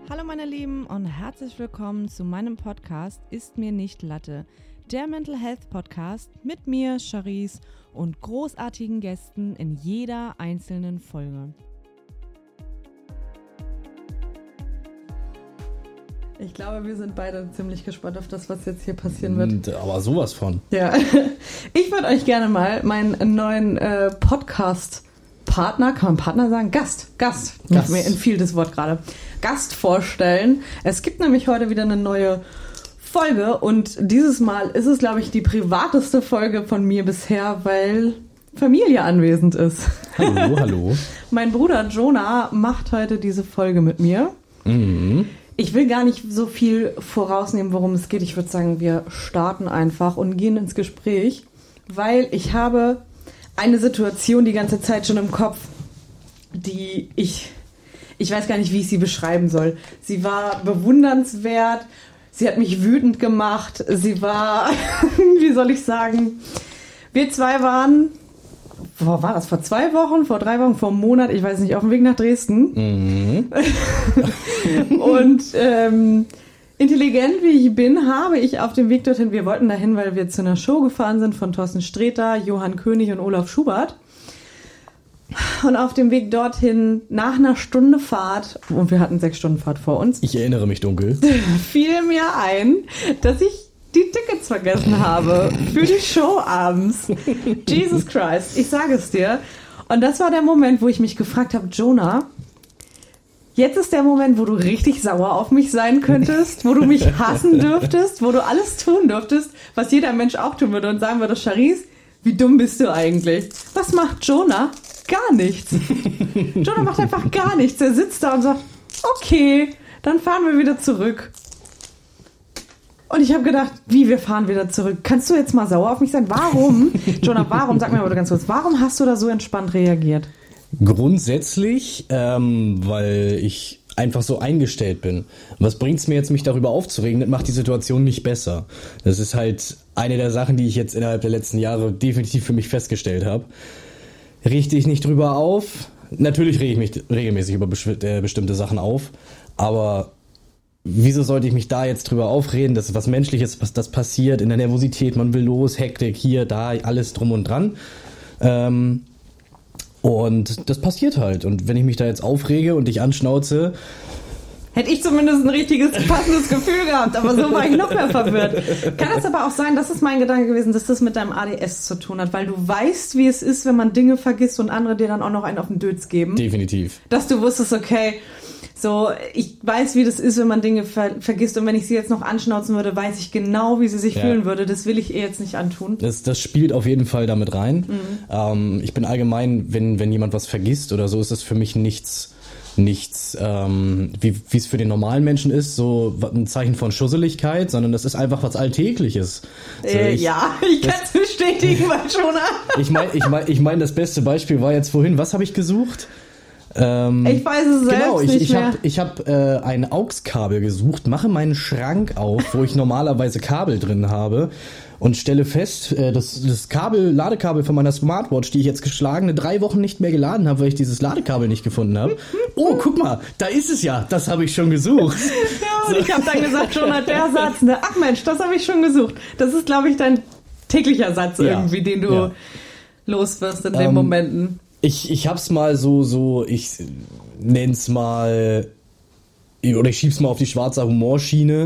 Hallo meine Lieben und herzlich willkommen zu meinem Podcast Ist mir nicht Latte, der Mental Health Podcast mit mir, Charisse, und großartigen Gästen in jeder einzelnen Folge. Ich glaube, wir sind beide ziemlich gespannt auf das, was jetzt hier passieren wird. Aber sowas von. Ja, ich würde euch gerne mal meinen neuen Podcast-Partner, kann man Partner sagen? Gast. Mir entfiel das Wort gerade. Gast vorstellen. Es gibt nämlich heute wieder eine neue Folge und dieses Mal ist es, glaube ich, die privateste Folge von mir bisher, weil Familie anwesend ist. Hallo. Mein Bruder Jonah macht heute diese Folge mit mir. Mhm. Ich will gar nicht so viel vorausnehmen, worum es geht. Ich würde sagen, wir starten einfach und gehen ins Gespräch, weil ich habe eine Situation die ganze Zeit schon im Kopf, die ich weiß gar nicht, wie ich sie beschreiben soll. Sie war bewundernswert, sie hat mich wütend gemacht, sie war, wie soll ich sagen, wir zwei waren, wo war das, vor 2 Wochen, vor 3 Wochen, vor einem Monat, ich weiß nicht, auf dem Weg nach Dresden. Mhm. Und intelligent wie ich bin, habe ich auf dem Weg dorthin, wir wollten dahin, weil wir zu einer Show gefahren sind von Thorsten Sträter, Johann König und Olaf Schubert. Und auf dem Weg dorthin, nach einer Stunde Fahrt, und wir hatten 6 Stunden Fahrt vor uns, Ich erinnere mich dunkel. fiel mir ein, dass ich die Tickets vergessen habe für die Show abends. Jesus Christ, ich sage es dir. Und das war der Moment, wo ich mich gefragt habe, Jonah, jetzt ist der Moment, wo du richtig sauer auf mich sein könntest, wo du mich hassen dürftest, wo du alles tun dürftest, was jeder Mensch auch tun würde und sagen würde, Charisse, wie dumm bist du eigentlich? Was macht Jonah? Gar nichts. Jonah macht einfach gar nichts. Er sitzt da und sagt, okay, dann fahren wir wieder zurück. Und ich habe gedacht, wie, wir fahren wieder zurück? Kannst du jetzt mal sauer auf mich sein? Warum? Jonah, sag mir aber ganz kurz, warum hast du da so entspannt reagiert? Grundsätzlich, weil ich einfach so eingestellt bin. Was bringt's mir jetzt, mich darüber aufzuregen? Das macht die Situation nicht besser. Das ist halt eine der Sachen, die ich jetzt innerhalb der letzten Jahre definitiv für mich festgestellt habe. Richte ich nicht drüber auf. Natürlich rege ich mich regelmäßig über bestimmte Sachen auf, aber wieso sollte ich mich da jetzt drüber aufreden? Das ist was Menschliches, was das passiert in der Nervosität, man will los, Hektik, hier, da, alles drum und dran. Und das passiert halt. Und wenn ich mich da jetzt aufrege und dich anschnauze, hätte ich zumindest ein richtiges, passendes Gefühl gehabt, aber so war ich noch mehr verwirrt. Kann es aber auch sein, das ist mein Gedanke gewesen, dass das mit deinem ADS zu tun hat, weil du weißt, wie es ist, wenn man Dinge vergisst und andere dir dann auch noch einen auf den Dötz geben. definitiv. Dass du wusstest, okay, so, ich weiß, wie das ist, wenn man Dinge vergisst und wenn ich sie jetzt noch anschnauzen würde, weiß ich genau, wie sie sich fühlen würde. Das will ich ihr jetzt nicht antun. Das spielt auf jeden Fall damit rein. Mhm. Ich bin allgemein, wenn jemand was vergisst oder so, ist das für mich nichts, wie es für den normalen Menschen ist, so ein Zeichen von Schusseligkeit, sondern das ist einfach was Alltägliches. So, ich kann es bestätigen, weil schon. Ich meine, das beste Beispiel war jetzt vorhin, was habe ich gesucht? Ich weiß es selbst nicht mehr. Ich habe ein AUX-Kabel gesucht, mache meinen Schrank auf, wo ich normalerweise Kabel drin habe und stelle fest, das Ladekabel von meiner Smartwatch, die ich jetzt geschlagene 3 Wochen nicht mehr geladen habe, weil ich dieses Ladekabel nicht gefunden habe. Oh, guck mal, da ist es ja, das habe ich schon gesucht. Ja, und ich habe dann gesagt, schon hat der Satz, ne? Ach Mensch, das habe ich schon gesucht. Das ist, glaube ich, dein täglicher Satz irgendwie, den du loswirst in den Momenten. Ich hab's mal so, ich nenn's mal, oder ich schieb's mal auf die schwarze Humorschiene.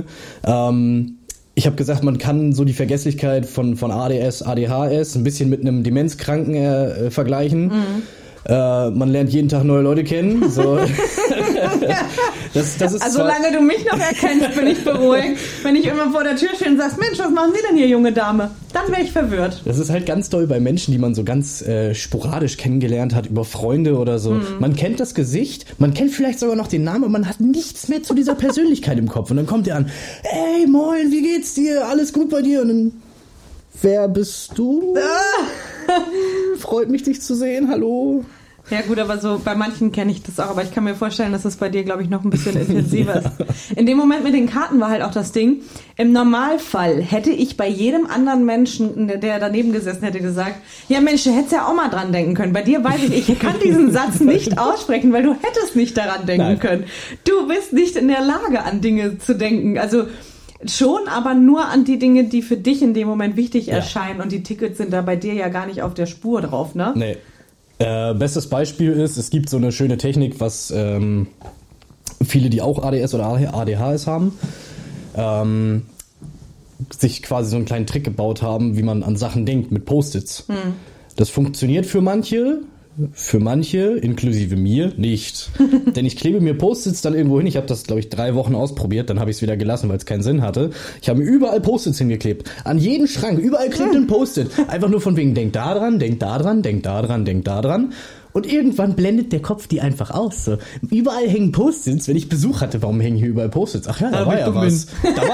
Ich habe gesagt, man kann so die Vergesslichkeit von ADS, ADHS ein bisschen mit einem Demenzkranken vergleichen. Mhm. Man lernt jeden Tag neue Leute kennen. So. Das ist also solange du mich noch erkennst, bin ich beruhigt. Wenn ich immer vor der Tür stehe und sagst, Mensch, was machen Sie denn hier, junge Dame? Dann wäre ich verwirrt. Das ist halt ganz doll bei Menschen, die man so ganz sporadisch kennengelernt hat, über Freunde oder so. Mhm. Man kennt das Gesicht, man kennt vielleicht sogar noch den Namen, aber man hat nichts mehr zu dieser Persönlichkeit im Kopf. Und dann kommt er an, ey, moin, wie geht's dir? Alles gut bei dir? Und dann, wer bist du? Freut mich, dich zu sehen, hallo. Ja gut, aber so bei manchen kenne ich das auch, aber ich kann mir vorstellen, dass das bei dir, glaube ich, noch ein bisschen intensiver ist. In dem Moment mit den Karten war halt auch das Ding, im Normalfall hätte ich bei jedem anderen Menschen, der daneben gesessen hätte, gesagt, ja Mensch, du hättest ja auch mal dran denken können. Bei dir weiß ich kann diesen Satz nicht aussprechen, weil du hättest nicht daran denken können. Du bist nicht in der Lage, an Dinge zu denken. Also schon, aber nur an die Dinge, die für dich in dem Moment wichtig erscheinen, und die Tickets sind da bei dir ja gar nicht auf der Spur drauf, ne? Nee. Bestes Beispiel ist, es gibt so eine schöne Technik, was viele, die auch ADS oder ADHS haben, sich quasi so einen kleinen Trick gebaut haben, wie man an Sachen denkt mit Post-its. Das funktioniert für manche, inklusive mir, nicht. Denn ich klebe mir Post-its dann irgendwo hin. Ich habe das, glaube ich, 3 Wochen ausprobiert. Dann habe ich es wieder gelassen, weil es keinen Sinn hatte. Ich habe mir überall Post-its hingeklebt. An jeden Schrank, überall klebt ein Post-it. Einfach nur von wegen, denk da dran, denk da dran, denk da dran, denk da dran. Und irgendwann blendet der Kopf die einfach aus. So. Überall hängen Post-its. Wenn ich Besuch hatte, warum hängen hier überall Post-its? Ach ja, da war ja was.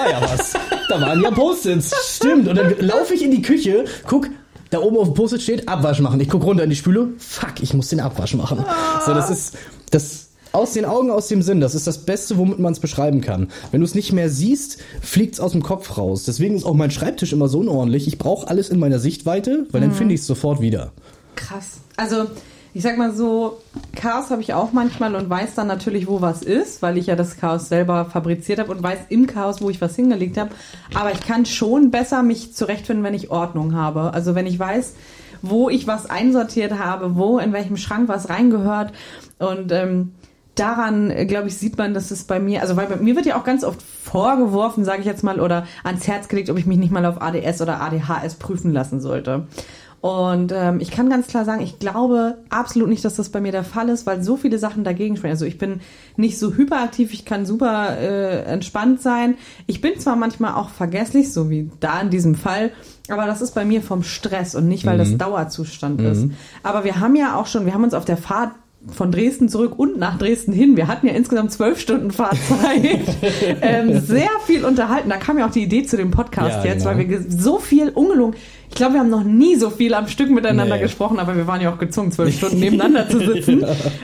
Da waren ja Post-its. Stimmt. Und dann laufe ich in die Küche, guck, da oben auf dem Post-it steht, Abwasch machen. Ich gucke runter in die Spüle, fuck, ich muss den Abwasch machen. So, das ist, aus den Augen, aus dem Sinn, das ist das Beste, womit man es beschreiben kann. Wenn du es nicht mehr siehst, fliegt es aus dem Kopf raus. Deswegen ist auch mein Schreibtisch immer so unordentlich. Ich brauche alles in meiner Sichtweite, weil dann finde ich es sofort wieder. Krass. Also, ich sag mal so, Chaos habe ich auch manchmal und weiß dann natürlich, wo was ist, weil ich ja das Chaos selber fabriziert habe und weiß im Chaos, wo ich was hingelegt habe. Aber ich kann schon besser mich zurechtfinden, wenn ich Ordnung habe. Also wenn ich weiß, wo ich was einsortiert habe, wo in welchem Schrank was reingehört. Und daran, glaube ich, sieht man, dass es bei mir, also weil bei mir wird ja auch ganz oft vorgeworfen, sage ich jetzt mal, oder ans Herz gelegt, ob ich mich nicht mal auf ADS oder ADHS prüfen lassen sollte. Und ich kann ganz klar sagen, ich glaube absolut nicht, dass das bei mir der Fall ist, weil so viele Sachen dagegen sprechen. Also ich bin nicht so hyperaktiv, ich kann super entspannt sein. Ich bin zwar manchmal auch vergesslich, so wie da in diesem Fall, aber das ist bei mir vom Stress und nicht, weil das Dauerzustand ist. Aber wir haben uns auf der Fahrt von Dresden zurück und nach Dresden hin. Wir hatten ja insgesamt 12 Stunden Fahrzeit. Sehr viel unterhalten. Da kam ja auch die Idee zu dem Podcast jetzt, genau. Weil wir so viel ungelogen. Ich glaube, wir haben noch nie so viel am Stück miteinander gesprochen, aber wir waren ja auch gezwungen, 12 Stunden nebeneinander zu sitzen.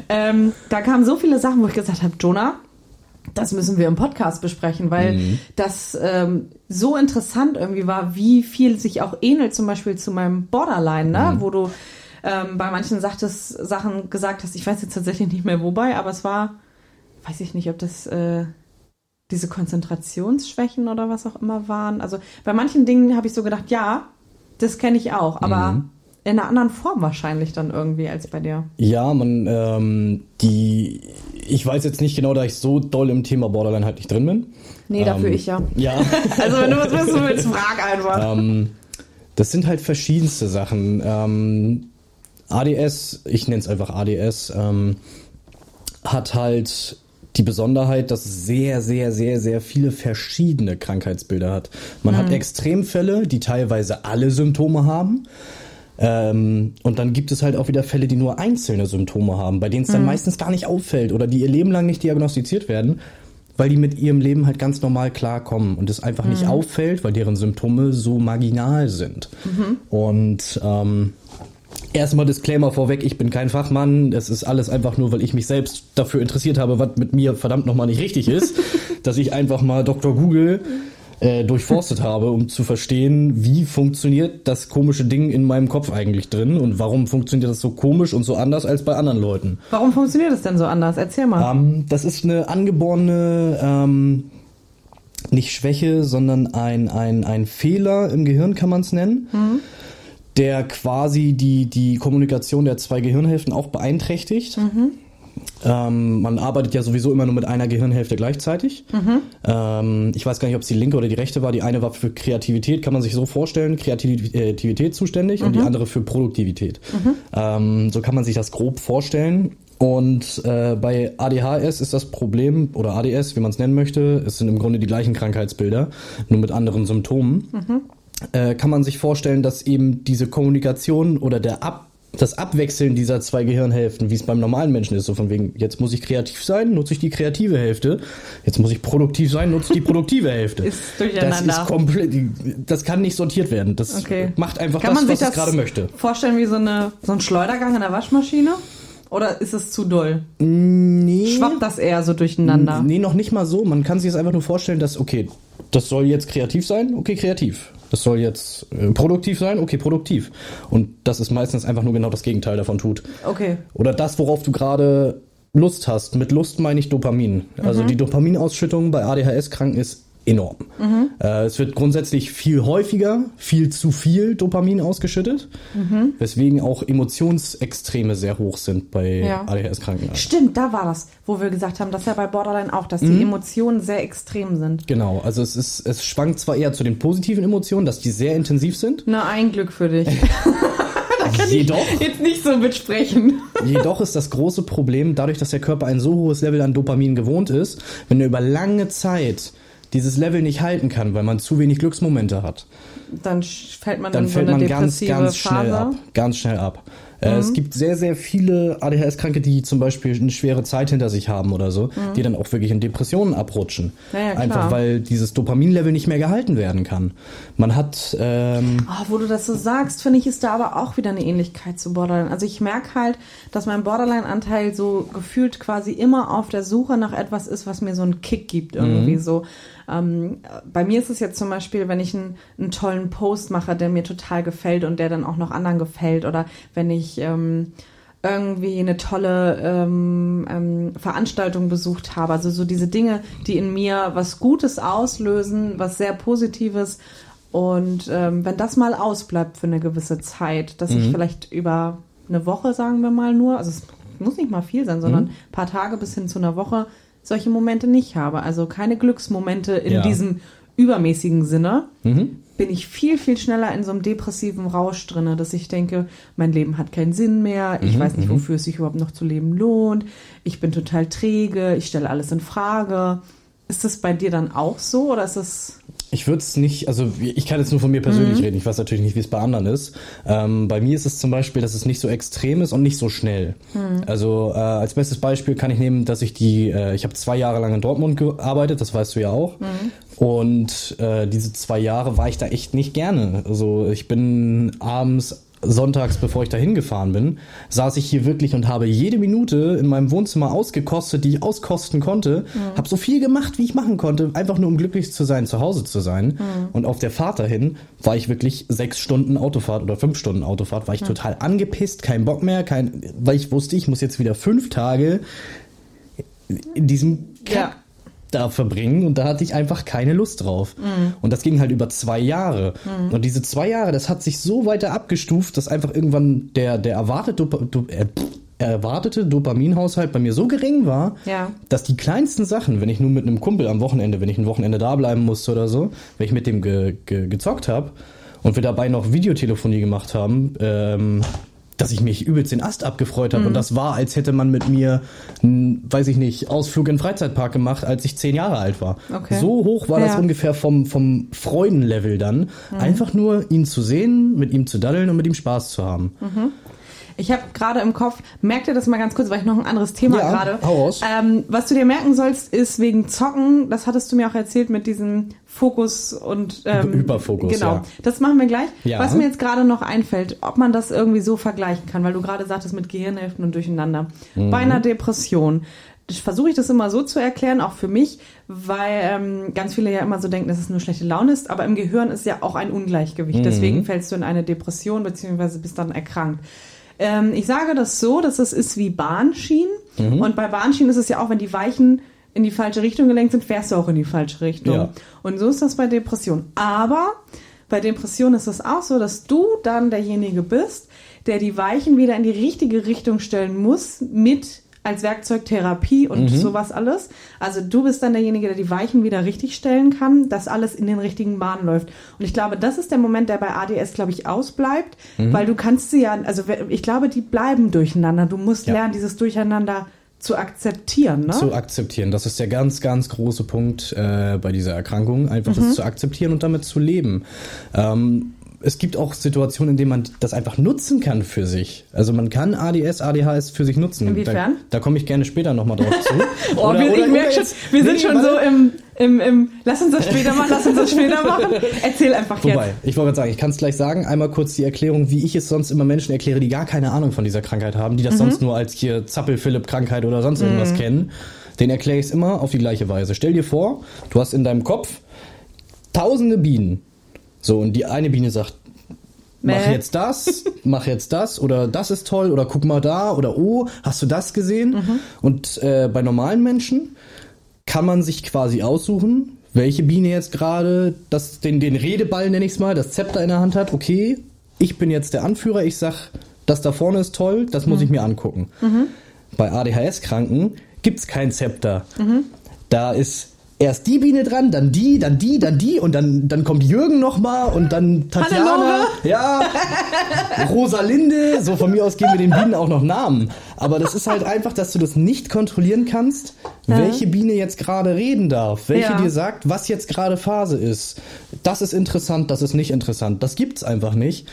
Da kamen so viele Sachen, wo ich gesagt habe, Jonah, das müssen wir im Podcast besprechen, weil das so interessant irgendwie war, wie viel sich auch ähnelt zum Beispiel zu meinem Borderline, ne? Wo du bei manchen Sachen gesagt hast, ich weiß jetzt tatsächlich nicht mehr wobei, aber es war, weiß ich nicht, ob das diese Konzentrationsschwächen oder was auch immer waren. Also bei manchen Dingen habe ich so gedacht, ja, das kenne ich auch, aber in einer anderen Form wahrscheinlich dann irgendwie als bei dir. Ja, ich weiß jetzt nicht genau, da ich so doll im Thema Borderline halt nicht drin bin. Nee, dafür ich ja. Ja. Also wenn du was wissen willst, frag einfach. Das sind halt verschiedenste Sachen. ADS, ich nenne es einfach ADS, hat halt die Besonderheit, dass es sehr, sehr, sehr, sehr viele verschiedene Krankheitsbilder hat. Man hat Extremfälle, die teilweise alle Symptome haben. Und dann gibt es halt auch wieder Fälle, die nur einzelne Symptome haben, bei denen es dann meistens gar nicht auffällt oder die ihr Leben lang nicht diagnostiziert werden, weil die mit ihrem Leben halt ganz normal klarkommen und es einfach nicht auffällt, weil deren Symptome so marginal sind. Und erstmal Disclaimer vorweg, ich bin kein Fachmann, es ist alles einfach nur, weil ich mich selbst dafür interessiert habe, was mit mir verdammt nochmal nicht richtig ist, dass ich einfach mal Dr. Google durchforstet habe, um zu verstehen, wie funktioniert das komische Ding in meinem Kopf eigentlich drin und warum funktioniert das so komisch und so anders als bei anderen Leuten. Warum funktioniert das denn so anders? Erzähl mal. Das ist eine angeborene, nicht Schwäche, sondern ein Fehler im Gehirn, kann man es nennen, der quasi die Kommunikation der 2 Gehirnhälften auch beeinträchtigt. Man arbeitet ja sowieso immer nur mit einer Gehirnhälfte gleichzeitig. Ich weiß gar nicht, ob es die linke oder die rechte war. Die eine war für Kreativität, kann man sich so vorstellen, Kreativität zuständig und die andere für Produktivität. So kann man sich das grob vorstellen. Und bei ADHS ist das Problem, oder ADS, wie man es nennen möchte, es sind im Grunde die gleichen Krankheitsbilder, nur mit anderen Symptomen. Kann man sich vorstellen, dass eben diese Kommunikation oder das Abwechseln dieser 2 Gehirnhälften, wie es beim normalen Menschen ist, so von wegen, jetzt muss ich kreativ sein, nutze ich die kreative Hälfte, jetzt muss ich produktiv sein, nutze ich die produktive Hälfte. Ist durcheinander. Das ist komplett, das kann nicht sortiert werden. Das macht einfach das, was es gerade möchte. Vorstellen wie so ein Schleudergang in der Waschmaschine? Oder ist es zu doll? Nee. Schwappt das eher so durcheinander? Nee, noch nicht mal so. Man kann sich jetzt einfach nur vorstellen, dass, okay, das soll jetzt kreativ sein, okay, kreativ. Das soll jetzt produktiv sein, okay, produktiv. Und das ist meistens einfach nur genau das Gegenteil davon tut. Okay. Oder das, worauf du gerade Lust hast. Mit Lust meine ich Dopamin. Also die Dopaminausschüttung bei ADHS-Kranken ist enorm. Es wird grundsätzlich viel häufiger, viel zu viel Dopamin ausgeschüttet, weswegen auch Emotionsextreme sehr hoch sind bei ADHS-Kranken. Stimmt, da war das, wo wir gesagt haben, dass ja bei Borderline auch, dass die Emotionen sehr extrem sind. Genau, also es schwankt zwar eher zu den positiven Emotionen, dass die sehr intensiv sind. Na, ein Glück für dich. Da kann Jedoch, ich jetzt nicht so mitsprechen. Jedoch ist das große Problem, dadurch, dass der Körper ein so hohes Level an Dopamin gewohnt ist, wenn er über lange Zeit dieses Level nicht halten kann, weil man zu wenig Glücksmomente hat, dann fällt man dann in so fällt eine man depressive Phase. ganz schnell ab. Es gibt sehr, sehr viele ADHS-Kranke, die zum Beispiel eine schwere Zeit hinter sich haben oder so, die dann auch wirklich in Depressionen abrutschen. Ja, klar. Einfach weil dieses Dopaminlevel nicht mehr gehalten werden kann. Man hat... Wo du das so sagst, finde ich, ist da aber auch wieder eine Ähnlichkeit zu Borderline. Also ich merke halt, dass mein Borderline-Anteil so gefühlt quasi immer auf der Suche nach etwas ist, was mir so einen Kick gibt irgendwie so. Bei mir ist es jetzt zum Beispiel, wenn ich einen tollen Post mache, der mir total gefällt und der dann auch noch anderen gefällt, oder wenn ich irgendwie eine tolle Veranstaltung besucht habe, also so diese Dinge, die in mir was Gutes auslösen, was sehr Positives, und wenn das mal ausbleibt für eine gewisse Zeit, dass ich vielleicht über eine Woche, sagen wir mal nur, also es muss nicht mal viel sein, sondern ein paar Tage bis hin zu einer Woche solche Momente nicht habe, also keine Glücksmomente in diesem übermäßigen Sinne, bin ich viel, viel schneller in so einem depressiven Rausch drinne, dass ich denke, mein Leben hat keinen Sinn mehr, ich weiß nicht, wofür es sich überhaupt noch zu leben lohnt, ich bin total träge, ich stelle alles in Frage. Ist das bei dir dann auch so, oder ist es... Ich würde es nicht, also ich kann jetzt nur von mir persönlich reden, ich weiß natürlich nicht, wie es bei anderen ist. Bei mir ist es zum Beispiel, dass es nicht so extrem ist und nicht so schnell. Also als bestes Beispiel kann ich nehmen, dass ich ich habe 2 Jahre lang in Dortmund gearbeitet, das weißt du ja auch. Und diese 2 Jahre war ich da echt nicht gerne. Also ich bin sonntags, bevor ich da hingefahren bin, saß ich hier wirklich und habe jede Minute in meinem Wohnzimmer ausgekostet, die ich auskosten konnte. Habe so viel gemacht, wie ich machen konnte, einfach nur um glücklich zu sein, zu Hause zu sein. Und auf der Fahrt dahin war ich wirklich 6 Stunden Autofahrt oder 5 Stunden Autofahrt, war ich total angepisst, kein Bock mehr, weil ich wusste, ich muss jetzt wieder 5 Tage in diesem da verbringen, und da hatte ich einfach keine Lust drauf. Und das ging halt über 2 Jahre. Und diese 2 Jahre, das hat sich so weiter abgestuft, dass einfach irgendwann der erwartete Dopaminhaushalt bei mir so gering war, dass die kleinsten Sachen, wenn ich nur mit einem Kumpel am Wochenende, wenn ich ein Wochenende da bleiben musste oder so, wenn ich mit dem gezockt habe und wir dabei noch Videotelefonie gemacht haben, dass ich mich übelst den Ast abgefreut habe. Und das war, als hätte man mit mir weiß ich nicht, Ausflug in den Freizeitpark gemacht, als ich 10 Jahre alt war. Okay. So hoch war das ungefähr vom Freudenlevel dann. Einfach nur ihn zu sehen, mit ihm zu daddeln und mit ihm Spaß zu haben. Ich habe gerade im Kopf, merk dir das mal ganz kurz, weil ich noch ein anderes Thema gerade. Hau raus. Was du dir merken sollst, ist wegen Zocken, das hattest du mir auch erzählt mit diesem Fokus und Hyperfokus. Genau, ja. Das machen wir gleich. Ja. Was mir jetzt gerade noch einfällt, ob man das irgendwie so vergleichen kann, weil du gerade sagtest mit Gehirnhälften und Durcheinander. Bei einer Depression versuche ich das immer so zu erklären, auch für mich, weil ganz viele ja immer so denken, dass es nur schlechte Laune ist, aber im Gehirn ist ja auch ein Ungleichgewicht. Deswegen fällst du in eine Depression beziehungsweise bist dann erkrankt. Ich sage das so, dass es ist wie Bahnschienen. Und bei Bahnschienen ist es ja auch, wenn die Weichen in die falsche Richtung gelenkt sind, fährst du auch in die falsche Richtung. Ja. Und so ist das bei Depressionen. Aber bei Depressionen ist es auch so, dass du dann derjenige bist, der die Weichen wieder in die richtige Richtung stellen muss mit als Werkzeug Therapie und sowas alles. Also du bist dann derjenige, der die Weichen wieder richtig stellen kann, dass alles in den richtigen Bahnen läuft. Und ich glaube, das ist der Moment, der bei ADS, glaube ich, ausbleibt, weil du kannst sie ja, also ich glaube, die bleiben durcheinander. Du musst lernen, dieses Durcheinander zu akzeptieren, ne? Zu akzeptieren. Das ist der ganz, ganz große Punkt bei dieser Erkrankung. Einfach das zu akzeptieren und damit zu leben. es gibt auch Situationen, in denen man das einfach nutzen kann für sich. Also man kann ADS, ADHS für sich nutzen. Inwiefern? Da komme ich gerne später nochmal drauf zu. Ich merke schon, wir sind schon so im lass uns das später machen. Erzähl einfach jetzt. Wobei, ich wollte gerade sagen, ich kann es gleich sagen, einmal kurz die Erklärung, wie ich es sonst immer Menschen erkläre, die gar keine Ahnung von dieser Krankheit haben, die das sonst nur als hier Zappel-Philipp-Krankheit oder sonst irgendwas kennen. Den erkläre ich es immer auf die gleiche Weise. Stell dir vor, du hast in deinem Kopf tausende Bienen. So, und die eine Biene sagt, mach jetzt das oder das ist toll oder guck mal da oder oh, hast du das gesehen? Und bei normalen Menschen kann man sich quasi aussuchen, welche Biene jetzt gerade den Redeball, nenne ich es mal, das Zepter in der Hand hat. Okay, ich bin jetzt der Anführer, ich sag, das da vorne ist toll, das muss ich mir angucken. Bei ADHS-Kranken gibt's kein Zepter. Da ist erst die Biene dran, dann die und dann kommt Jürgen nochmal und dann Tatjana, ja, Rosalinde, so von mir aus geben wir den Bienen auch noch Namen. Aber das ist halt einfach, dass du das nicht kontrollieren kannst, welche Biene jetzt gerade reden darf, welche dir sagt, was jetzt gerade Phase ist. Das ist interessant, das ist nicht interessant. Das gibt's einfach nicht.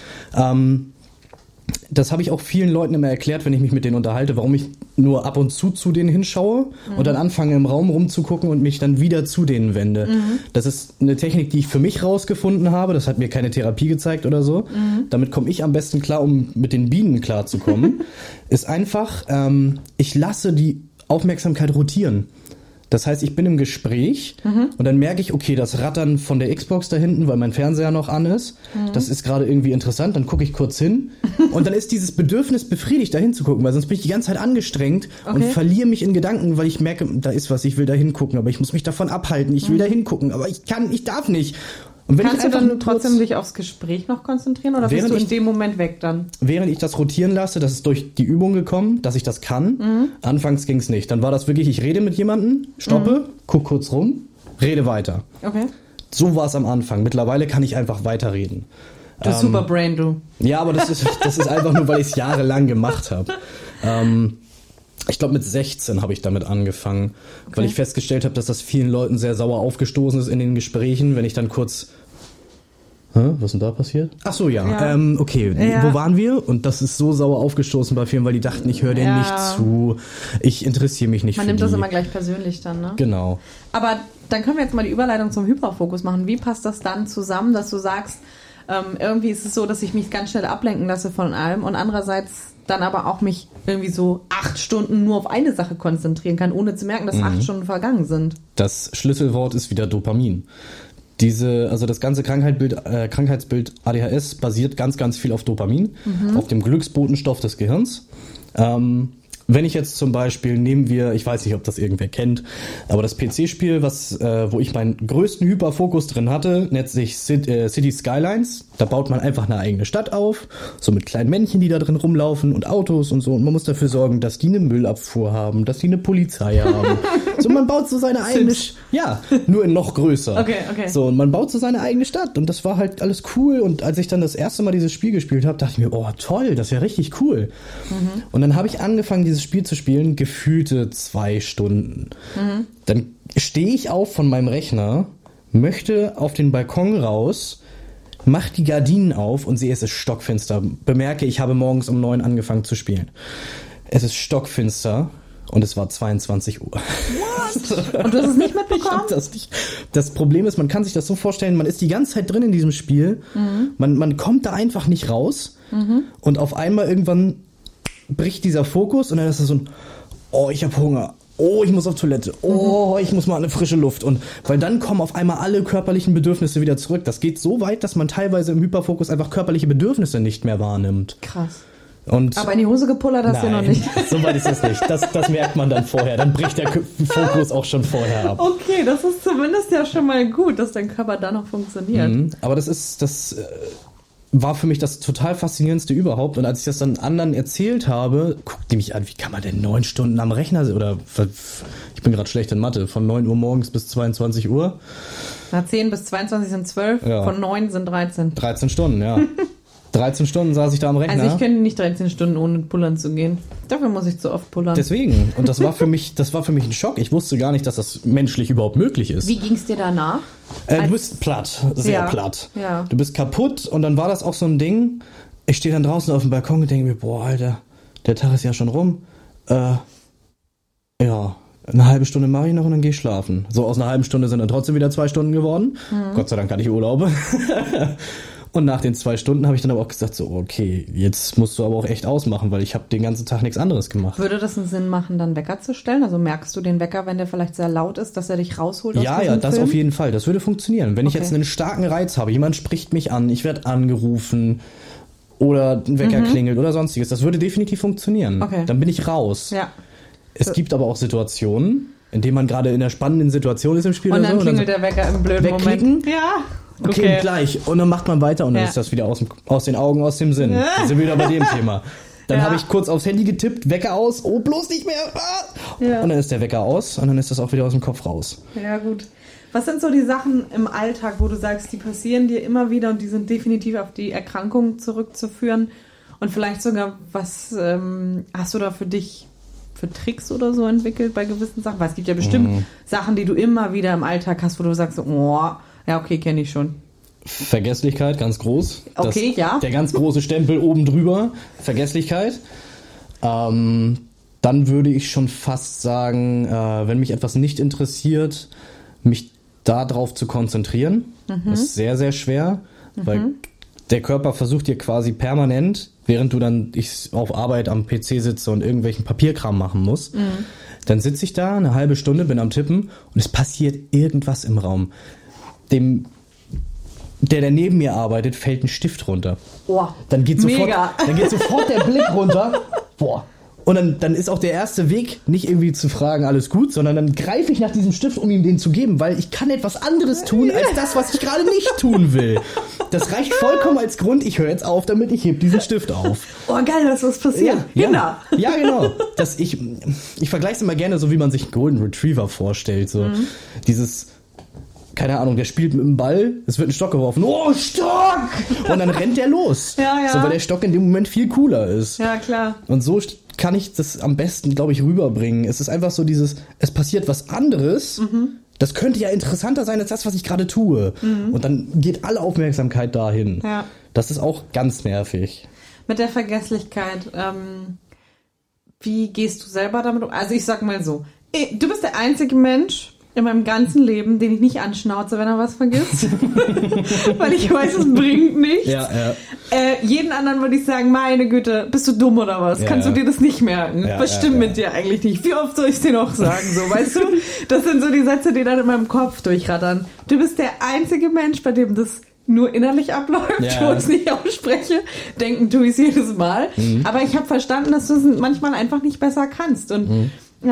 Das habe ich auch vielen Leuten immer erklärt, wenn ich mich mit denen unterhalte, warum ich nur ab und zu denen hinschaue und dann anfange im Raum rumzugucken und mich dann wieder zu denen wende. Das ist eine Technik, die ich für mich rausgefunden habe. Das hat mir keine Therapie gezeigt oder so. Damit komme ich am besten klar, um mit den Bienen klarzukommen. Ist einfach, ich lasse die Aufmerksamkeit rotieren. Das heißt, ich bin im Gespräch und dann merke ich, okay, das Rattern von der Xbox da hinten, weil mein Fernseher noch an ist, das ist gerade irgendwie interessant, dann gucke ich kurz hin und dann ist dieses Bedürfnis befriedigt, da hinzugucken, weil sonst bin ich die ganze Zeit angestrengt und verliere mich in Gedanken, weil ich merke, da ist was, ich will da hingucken, aber ich muss mich davon abhalten, ich will da hingucken, aber ich darf nicht. Und wenn Kannst du dann trotzdem dich aufs Gespräch noch konzentrieren oder bist du in dem Moment weg dann? Während ich das rotieren lasse, das ist durch die Übung gekommen, dass ich das kann. Anfangs ging es nicht. Dann war das wirklich, ich rede mit jemandem, stoppe, guck kurz rum, rede weiter. Okay. So war es am Anfang. Mittlerweile kann ich einfach weiterreden. Du Superbrain, du. Ja, aber das ist einfach nur, weil ich es jahrelang gemacht habe. Ich glaube, mit 16 habe ich damit angefangen, weil ich festgestellt habe, dass das vielen Leuten sehr sauer aufgestoßen ist in den Gesprächen, wenn ich dann kurz... Was ist denn da passiert? Ach so, ja. Okay, wo waren wir? Und das ist so sauer aufgestoßen bei vielen, weil die dachten, ich höre denen nicht zu, ich interessiere mich nicht für die. Man nimmt das immer gleich persönlich dann, ne? Genau. Aber dann können wir jetzt mal die Überleitung zum Hyperfokus machen. Wie passt das dann zusammen, dass du sagst, irgendwie ist es so, dass ich mich ganz schnell ablenken lasse von allem und andererseits dann aber auch mich irgendwie so 8 Stunden nur auf eine Sache konzentrieren kann, ohne zu merken, dass 8 Stunden vergangen sind. Das Schlüsselwort ist wieder Dopamin. Das ganze Krankheitsbild ADHS basiert ganz, ganz viel auf Dopamin, auf dem Glücksbotenstoff des Gehirns. Wenn ich jetzt zum Beispiel, ich weiß nicht, ob das irgendwer kennt, aber das PC-Spiel, wo ich meinen größten Hyperfokus drin hatte, nennt sich City Skylines. Da baut man einfach eine eigene Stadt auf, so mit kleinen Männchen, die da drin rumlaufen und Autos und so. Und man muss dafür sorgen, dass die eine Müllabfuhr haben, dass die eine Polizei haben. So, man baut so seine eigene... Ja, nur in noch größer. Okay. So, und man baut so seine eigene Stadt. Und das war halt alles cool. Und als ich dann das erste Mal dieses Spiel gespielt habe, dachte ich mir, oh toll, das ist ja richtig cool. Und dann habe ich angefangen, dieses Spiel zu spielen, gefühlte 2 Stunden. Dann stehe ich auf von meinem Rechner, möchte auf den Balkon raus, mach die Gardinen auf und sehe, es ist stockfinster. Bemerke, ich habe morgens um 9 angefangen zu spielen. Es ist stockfinster und es war 22 Uhr. What? Und du hast es nicht mitbekommen? Ich hab das nicht. Das Problem ist, man kann sich das so vorstellen, man ist die ganze Zeit drin in diesem Spiel, man kommt da einfach nicht raus und auf einmal irgendwann bricht dieser Fokus und dann ist es so ein, oh, ich habe Hunger. Oh, ich muss auf Toilette. Oh, ich muss mal an eine frische Luft. Und weil dann kommen auf einmal alle körperlichen Bedürfnisse wieder zurück. Das geht so weit, dass man teilweise im Hyperfokus einfach körperliche Bedürfnisse nicht mehr wahrnimmt. Krass. Und aber in die Hose gepullert hast du noch nicht. So weit ist das nicht. Das merkt man dann vorher. Dann bricht der Fokus auch schon vorher ab. Okay, das ist zumindest ja schon mal gut, dass dein Körper da noch funktioniert. Aber das war für mich das total Faszinierendste überhaupt. Und als ich das dann anderen erzählt habe, guckt die mich an, wie kann man denn 9 Stunden am Rechner, oder ich bin gerade schlecht in Mathe, von 9 Uhr morgens bis 22 Uhr. Na, 10 bis 22 sind 12, von 9 sind 13. 13 Stunden, ja. 13 Stunden saß ich da am Rechner. Also ich könnte nicht 13 Stunden ohne pullern zu gehen. Dafür muss ich zu oft pullern. Deswegen. Und das war für mich ein Schock. Ich wusste gar nicht, dass das menschlich überhaupt möglich ist. Wie ging es dir danach? Du bist platt. Sehr platt. Ja. Du bist kaputt und dann war das auch so ein Ding. Ich stehe dann draußen auf dem Balkon und denke mir, boah, Alter, der Tag ist ja schon rum. Ja, eine halbe Stunde mache ich noch und dann gehe ich schlafen. So aus einer halben Stunde sind dann trotzdem wieder 2 Stunden geworden. Gott sei Dank hatte ich Urlaube. Und nach den 2 Stunden habe ich dann aber auch gesagt, so okay, jetzt musst du aber auch echt ausmachen, weil ich habe den ganzen Tag nichts anderes gemacht. Würde das einen Sinn machen, dann Wecker zu stellen? Also merkst du den Wecker, wenn der vielleicht sehr laut ist, dass er dich rausholt aus Ja, das Film? auf jeden Fall. Das würde funktionieren. Wenn ich jetzt einen starken Reiz habe, jemand spricht mich an, ich werde angerufen oder ein Wecker klingelt oder sonstiges, das würde definitiv funktionieren. Okay. Dann bin ich raus. Ja. Es gibt aber auch Situationen, in denen man gerade in einer spannenden Situation ist im Spiel. Und oder dann so, klingelt der Wecker im blöden wegklicken. Moment. Ja. Okay, gleich. Und dann macht man weiter und dann ist das wieder aus den Augen, aus dem Sinn. Wir sind wieder bei dem Thema. Dann habe ich kurz aufs Handy getippt, Wecker aus, oh, bloß nicht mehr. Ja. Und dann ist der Wecker aus und dann ist das auch wieder aus dem Kopf raus. Ja, gut. Was sind so die Sachen im Alltag, wo du sagst, die passieren dir immer wieder und die sind definitiv auf die Erkrankung zurückzuführen? Und vielleicht sogar, was hast du da für dich für Tricks oder so entwickelt bei gewissen Sachen? Weil es gibt ja bestimmt Sachen, die du immer wieder im Alltag hast, wo du sagst, oh, ja, okay, kenne ich schon. Vergesslichkeit, ganz groß. Okay, ja. Der ganz große Stempel oben drüber, Vergesslichkeit. Dann würde ich schon fast sagen, wenn mich etwas nicht interessiert, mich darauf zu konzentrieren. Ist sehr, sehr schwer, weil der Körper versucht dir quasi permanent, während du dann auf Arbeit am PC sitze und irgendwelchen Papierkram machen muss, dann sitze ich da eine halbe Stunde, bin am Tippen und es passiert irgendwas im Raum. Der neben mir arbeitet, fällt ein Stift runter. Boah, dann geht sofort der Blick runter. Boah. Und dann ist auch der erste Weg, nicht irgendwie zu fragen, alles gut, sondern dann greife ich nach diesem Stift, um ihm den zu geben, weil ich kann etwas anderes tun, als das, was ich gerade nicht tun will. Das reicht vollkommen als Grund, ich höre jetzt auf, damit ich heb diesen Stift auf. Oh, geil, dass was passiert. Ja, genau. Ich vergleiche es immer gerne so, wie man sich einen Golden Retriever vorstellt. So dieses... Keine Ahnung, der spielt mit dem Ball, es wird ein Stock geworfen. Oh, Stock! Und dann rennt der los. Ja. So, weil der Stock in dem Moment viel cooler ist. Ja, klar. Und so kann ich das am besten, glaube ich, rüberbringen. Es ist einfach so es passiert was anderes. Das könnte ja interessanter sein als das, was ich gerade tue. Und dann geht alle Aufmerksamkeit dahin. Ja. Das ist auch ganz nervig. Mit der Vergesslichkeit, wie gehst du selber damit um? Also ich sag mal so, du bist der einzige Mensch in meinem ganzen Leben, den ich nicht anschnauze, wenn er was vergisst. Weil ich weiß, es bringt nichts. Ja. Jeden anderen würde ich sagen, meine Güte, bist du dumm oder was? Ja, Kannst du dir das nicht merken? Ja, was stimmt mit dir eigentlich nicht? Wie oft soll ich es dir noch sagen? So, weißt du? Das sind so die Sätze, die dann in meinem Kopf durchrattern. Du bist der einzige Mensch, bei dem das nur innerlich abläuft, wo ich es nicht ausspreche. Denken tue ich es jedes Mal. Aber ich habe verstanden, dass du es manchmal einfach nicht besser kannst. Und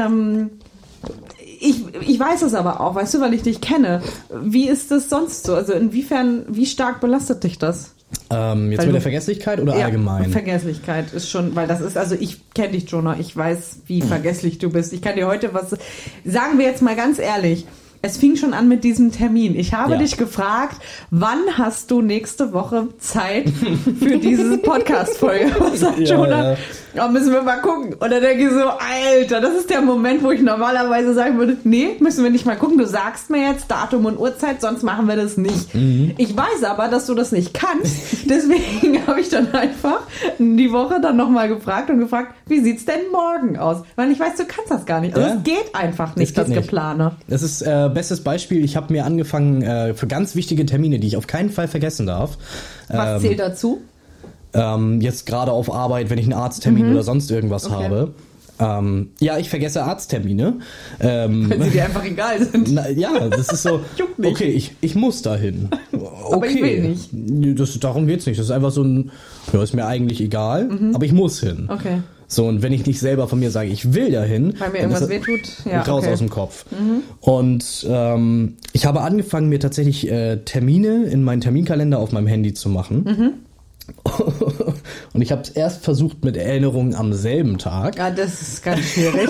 ich weiß es aber auch, weißt du, weil ich dich kenne. Wie ist das sonst so? Also inwiefern, wie stark belastet dich das? Jetzt mit der Vergesslichkeit oder allgemein? Vergesslichkeit ist schon, weil das ist, also ich kenne dich, Jonah, ich weiß, wie vergesslich du bist. Ich kann dir heute sagen wir jetzt mal ganz ehrlich, es fing schon an mit diesem Termin. Ich habe dich gefragt, wann hast du nächste Woche Zeit für diese Podcast-Folge? Was sagt Jonah? Ja, müssen wir mal gucken. Und dann denke ich so, Alter, das ist der Moment, wo ich normalerweise sagen würde, nee, müssen wir nicht mal gucken. Du sagst mir jetzt Datum und Uhrzeit, sonst machen wir das nicht. Ich weiß aber, dass du das nicht kannst. Deswegen habe ich dann einfach die Woche dann nochmal gefragt, wie sieht's denn morgen aus? Weil ich weiß, du kannst das gar nicht. Also es geht einfach nicht, das Geplane. Das ist bestes Beispiel. Ich habe mir angefangen, für ganz wichtige Termine, die ich auf keinen Fall vergessen darf. Was zählt dazu? Jetzt gerade auf Arbeit, wenn ich einen Arzttermin oder sonst irgendwas habe. Ich vergesse Arzttermine. Weil sie dir einfach egal sind. Das ist so, okay, ich muss dahin. Okay. Aber ich will nicht. Darum geht's nicht. Das ist einfach so ist mir eigentlich egal, aber ich muss hin. Okay. So, und wenn ich nicht selber von mir sage, ich will dahin, weil mir irgendwas wehtut, raus aus dem Kopf. Und ich habe angefangen, mir tatsächlich Termine in meinen Terminkalender auf meinem Handy zu machen. Und ich habe es erst versucht mit Erinnerungen am selben Tag. Ja, das ist ganz schwierig.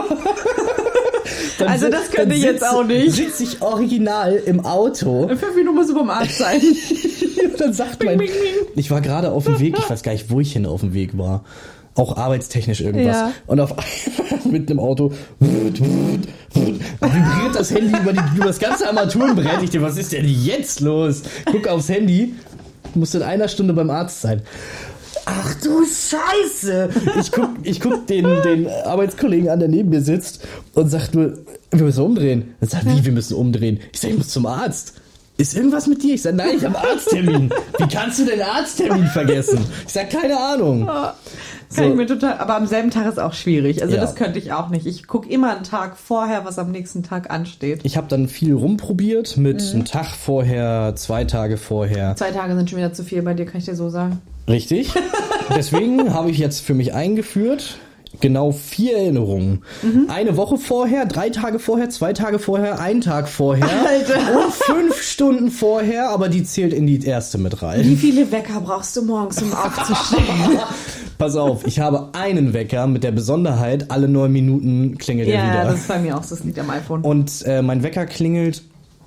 Also das könnte ich jetzt auch nicht. Sitze ich original im Auto. 5 Minuten musst du beim Arzt sein. Und dann sagt ich war gerade auf dem Weg, ich weiß gar nicht, wo ich hin auf dem Weg war. Auch arbeitstechnisch irgendwas. Ja. Und auf einmal mit dem Auto vibriert das Handy über das ganze Armaturenbrett. Ich dachte, was ist denn jetzt los? Guck aufs Handy, musst in einer Stunde beim Arzt sein. Ach du Scheiße! Ich guck den Arbeitskollegen an, der neben mir sitzt und sagt nur, wir müssen umdrehen. Er sagt, wie, wir müssen umdrehen? Ich sag, ich muss zum Arzt. Ist irgendwas mit dir? Ich sag, nein, ich habe Arzttermin. Wie kannst du den Arzttermin vergessen? Ich sag, keine Ahnung. Kann ich mir total, aber am selben Tag ist auch schwierig. Also Ja. das könnte ich auch nicht. Ich gucke immer einen Tag vorher, was am nächsten Tag ansteht. Ich habe dann viel rumprobiert mit einem Tag vorher, 2 Tage vorher. 2 Tage sind schon wieder zu viel bei dir, kann ich dir so sagen. Richtig. Deswegen habe ich jetzt für mich eingeführt, genau 4 Erinnerungen. Eine Woche vorher, 3 Tage vorher, 2 Tage vorher, 1 Tag vorher Alter. und 5 Stunden vorher, aber die zählt in die erste mit rein. Wie viele Wecker brauchst du morgens, um aufzustehen? Pass auf, ich habe einen Wecker mit der Besonderheit, alle 9 Minuten klingelt er Ja, wieder. das ist bei mir auch, das liegt am iPhone. Und mein Wecker klingelt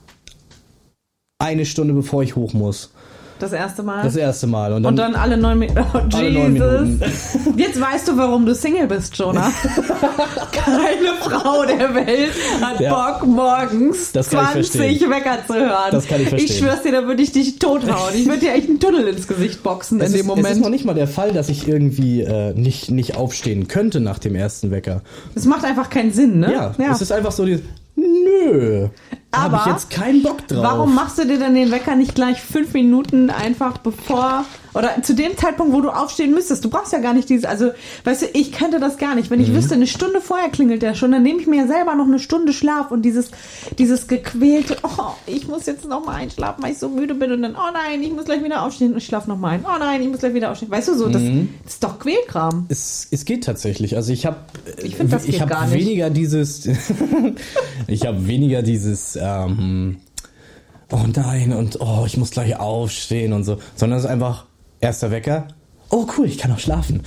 1 Stunde bevor ich hoch muss. Das erste Mal? Das erste Mal. Und Und dann alle 9 Minuten. Oh, alle 9 Minuten. Jetzt weißt du, warum du Single bist, Jonah. Keine Frau der Welt hat Ja. Bock, morgens Das kann ich 20 verstehen. Wecker zu hören. Das kann ich verstehen. Ich schwör's dir, da würde ich dich tothauen. Ich würde dir echt einen Tunnel ins Gesicht boxen in dem Es ist Moment. noch nicht mal der Fall, dass ich irgendwie nicht aufstehen könnte nach dem ersten Wecker. Das macht einfach keinen Sinn, ne? Ja, es ist einfach so dieses, nö, da habe Aber ich jetzt keinen Bock drauf. Warum machst du dir denn den Wecker nicht gleich 5 Minuten einfach bevor oder zu dem Zeitpunkt, wo du aufstehen müsstest? Du brauchst ja gar nicht dieses, also, weißt du, ich könnte das gar nicht. Wenn ich wüsste, eine Stunde vorher klingelt der schon, dann nehme ich mir ja selber noch eine Stunde Schlaf und dieses gequälte, oh, ich muss jetzt noch mal einschlafen, weil ich so müde bin und dann, oh nein, ich muss gleich wieder aufstehen und ich schlafe noch mal ein. Oh nein, ich muss gleich wieder aufstehen. Weißt du, so, das ist doch Quälkram. Es geht tatsächlich. Also ich finde, das geht gar nicht. weniger dieses, ich habe weniger dieses, oh nein und oh, ich muss gleich aufstehen und so, sondern es ist einfach erster Wecker, oh cool, ich kann noch schlafen.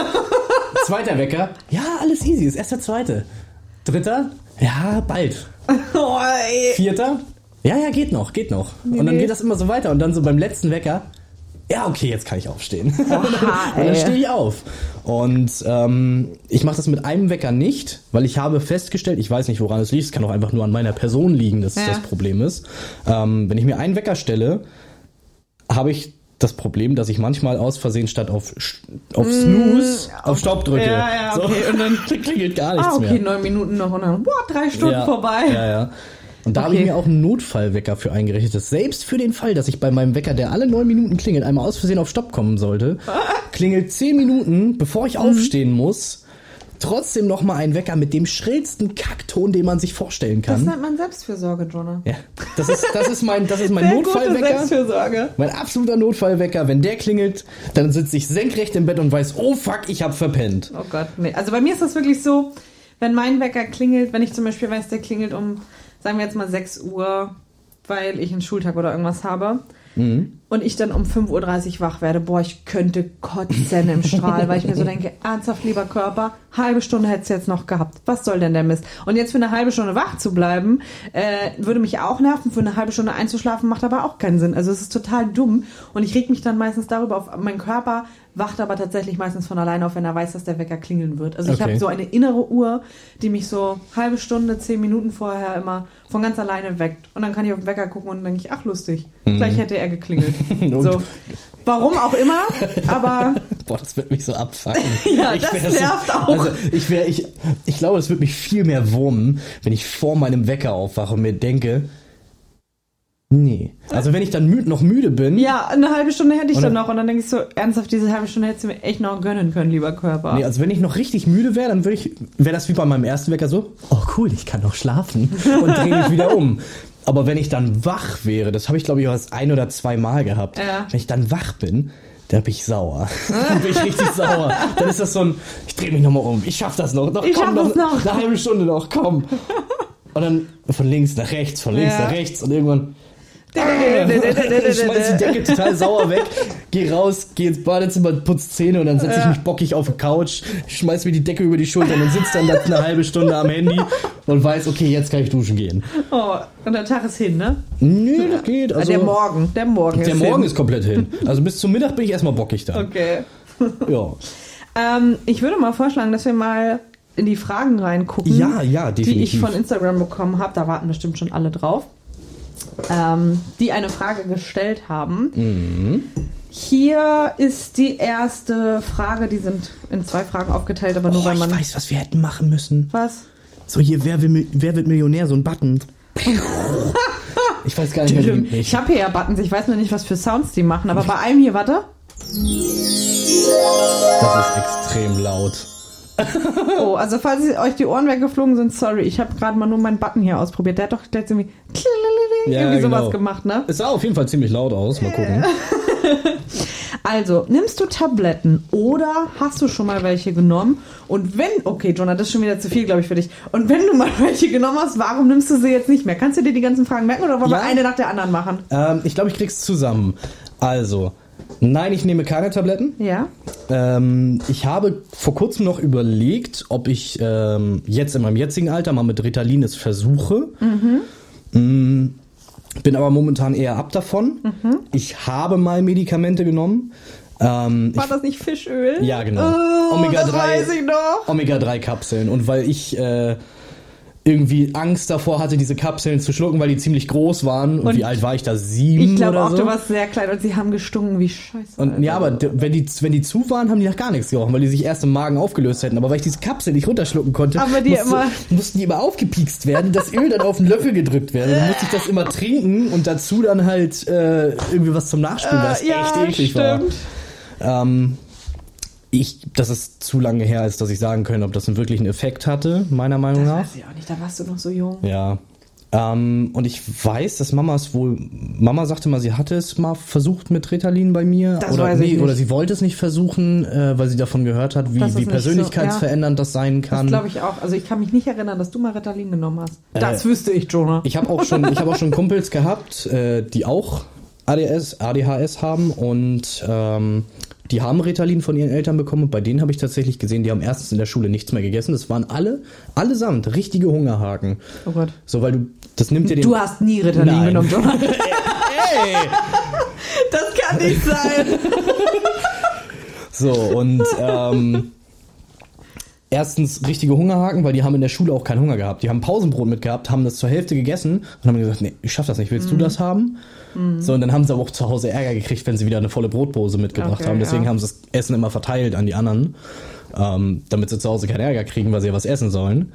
Zweiter Wecker, ja, alles easy, ist erst der zweite. Dritter, ja, bald. Oh, ey. Vierter, ja, geht noch. Und dann geht das immer so weiter und dann so beim letzten Wecker, ja, okay, jetzt kann ich aufstehen. Und dann stehe ich auf. Und ich mache das mit einem Wecker nicht, weil ich habe festgestellt, ich weiß nicht, woran es liegt, es kann auch einfach nur an meiner Person liegen, dass das Problem ist. Wenn ich mir einen Wecker stelle, habe ich das Problem, dass ich manchmal aus Versehen statt auf Snooze auf Stopp drücke. Ja, okay. So, und dann klingelt gar nichts Okay, mehr. 9 Minuten noch und dann, 3 Stunden vorbei. Ja. Und da habe ich mir auch einen Notfallwecker für eingerichtet. Selbst für den Fall, dass ich bei meinem Wecker, der alle 9 Minuten klingelt, einmal aus Versehen auf Stopp kommen sollte, klingelt 10 Minuten, bevor ich aufstehen muss, trotzdem nochmal ein Wecker mit dem schrillsten Kackton, den man sich vorstellen Das kann. nennt man Selbstfürsorge, Jonah. Ja, das ist mein Sehr gute Notfallwecker. Selbstfürsorge. Mein absoluter Notfallwecker. Wenn der klingelt, dann sitze ich senkrecht im Bett und weiß, oh fuck, ich habe verpennt. Oh Gott, nee. Also bei mir ist das wirklich so, wenn mein Wecker klingelt, wenn ich zum Beispiel weiß, der klingelt um, sagen wir jetzt mal 6 Uhr, weil ich einen Schultag oder irgendwas habe, und ich dann um 5.30 Uhr wach werde, boah, ich könnte kotzen im Strahl, weil ich mir so denke, ernsthaft, lieber Körper, halbe Stunde hättest du jetzt noch gehabt. Was soll denn der Mist? Und jetzt für eine halbe Stunde wach zu bleiben, würde mich auch nerven. Für eine halbe Stunde einzuschlafen macht aber auch keinen Sinn. Also es ist total dumm. Und ich reg mich dann meistens darüber auf. Mein Körper wacht aber tatsächlich meistens von alleine auf, wenn er weiß, dass der Wecker klingeln wird. Also ich Okay. habe so eine innere Uhr, die mich so halbe Stunde, 10 Minuten vorher immer von ganz alleine weckt. Und dann kann ich auf den Wecker gucken und dann denke ich, ach lustig, gleich hätte er geklingelt. So. Warum auch immer, aber Boah, das wird mich so abfucken. ja, das wär nervt auch. Also ich glaube, das wird mich viel mehr wurmen, wenn ich vor meinem Wecker aufwache und mir denke, nee. Also wenn ich dann noch müde bin. ja, eine halbe Stunde hätte ich Und dann dann- noch. Und dann denke ich so, ernsthaft, diese halbe Stunde hättest du mir echt noch gönnen können, lieber Körper. Nee, also wenn ich noch richtig müde wäre, dann wäre das wie bei meinem ersten Wecker so, oh cool, ich kann noch schlafen und drehe mich wieder um. Aber wenn ich dann wach wäre, das habe ich glaube ich erst 1 oder 2 Mal gehabt, Ja. wenn ich dann wach bin, dann bin ich sauer. Dann bin ich richtig sauer. Dann ist das so ein, ich drehe mich nochmal um, ich schaff das noch, Ich schaff das noch. eine halbe Stunde noch, komm. Und dann von links nach rechts, von links Ja. nach rechts und irgendwann ich schmeiß die Decke total sauer weg, geh raus, geh ins Badezimmer, putz Zähne und dann setze ich mich bockig auf die Couch, schmeiß mir die Decke über die Schultern und sitze dann da eine halbe Stunde am Handy und weiß, okay, jetzt kann ich duschen gehen. Oh, und der Tag ist hin, ne? Nö, das geht. Also, der Morgen ist komplett hin. Also bis zum Mittag bin ich erstmal bockig dann. Okay. Ja. Ich würde mal vorschlagen, dass wir mal in die Fragen reingucken, Ja, definitiv. die ich von Instagram bekommen habe. Da warten bestimmt schon alle drauf. Die eine Frage gestellt haben. Mhm. Hier ist die erste Frage, die sind in 2 Fragen aufgeteilt, aber nur weil man... Ich weiß, was wir hätten machen müssen. Was? So hier, wer wird Millionär? So ein Button. Ich weiß gar nicht mehr, wie nicht. Ich habe hier ja Buttons, ich weiß nur nicht, was für Sounds die machen, aber bei einem hier, warte. Das ist extrem laut. Oh, also falls euch die Ohren weggeflogen sind, sorry, ich habe gerade mal nur meinen Button hier ausprobiert. Der hat jetzt irgendwie sowas gemacht, ne? Es sah auf jeden Fall ziemlich laut aus, mal gucken. Also, nimmst du Tabletten oder hast du schon mal welche genommen? Und wenn, okay, Jonah, das ist schon wieder zu viel, glaube ich, für dich. Und wenn du mal welche genommen hast, warum nimmst du sie jetzt nicht mehr? Kannst du dir die ganzen Fragen merken oder wollen wir eine nach der anderen machen? Ich glaube, ich krieg's zusammen. Also, nein, ich nehme keine Tabletten. Ja. Ich habe vor kurzem noch überlegt, ob ich jetzt in meinem jetzigen Alter mal mit Ritalin es versuche. Bin aber momentan eher ab davon. Ich habe mal Medikamente genommen. War das nicht Fischöl? Ja, genau. Das weiß ich noch. Omega-3-Kapseln. Und weil ich irgendwie Angst davor hatte, diese Kapseln zu schlucken, weil die ziemlich groß waren. Und wie alt war ich da? 7 oder so? Ich glaube auch, du warst sehr klein und sie haben gestunken wie Scheiße. Und ja, aber wenn die zu waren, haben die nach gar nichts gerochen, weil die sich erst im Magen aufgelöst hätten. Aber weil ich diese Kapsel nicht runterschlucken konnte, mussten die immer aufgepiekst werden, das Öl dann auf den Löffel gedrückt werden. Dann musste ich das immer trinken und dazu dann halt irgendwie was zum Nachspülen, was echt eklig war. Das ist zu lange her, als dass ich sagen könnte, ob das einen wirklichen Effekt hatte, meiner Meinung nach. Das weiß ich auch nicht, da warst du noch so jung. Ja. Und ich weiß, dass Mama sagte mal, sie hatte es mal versucht mit Ritalin bei mir. Das weiß ich nicht. Oder sie wollte es nicht versuchen, weil sie davon gehört hat, wie persönlichkeitsverändernd das sein kann. Das glaube ich auch. Also ich kann mich nicht erinnern, dass du mal Ritalin genommen hast. Das wüsste ich, Jonah. Ich habe auch schon Kumpels gehabt, die auch ADHS haben und die haben Ritalin von ihren Eltern bekommen und bei denen habe ich tatsächlich gesehen, die haben erstens in der Schule nichts mehr gegessen. Das waren allesamt richtige Hungerhaken. Oh Gott. So, weil das nimmt dir den... Du hast nie Ritalin genommen, Jonah. Ey! Das kann nicht sein. So, und erstens richtige Hungerhaken, weil die haben in der Schule auch keinen Hunger gehabt. Die haben Pausenbrot mitgehabt, haben das zur Hälfte gegessen und haben gesagt, nee, ich schaff das nicht, willst du das haben? So, und dann haben sie aber auch zu Hause Ärger gekriegt, wenn sie wieder eine volle Brotdose mitgebracht haben. Deswegen haben sie das Essen immer verteilt an die anderen, damit sie zu Hause keinen Ärger kriegen, weil sie ja was essen sollen.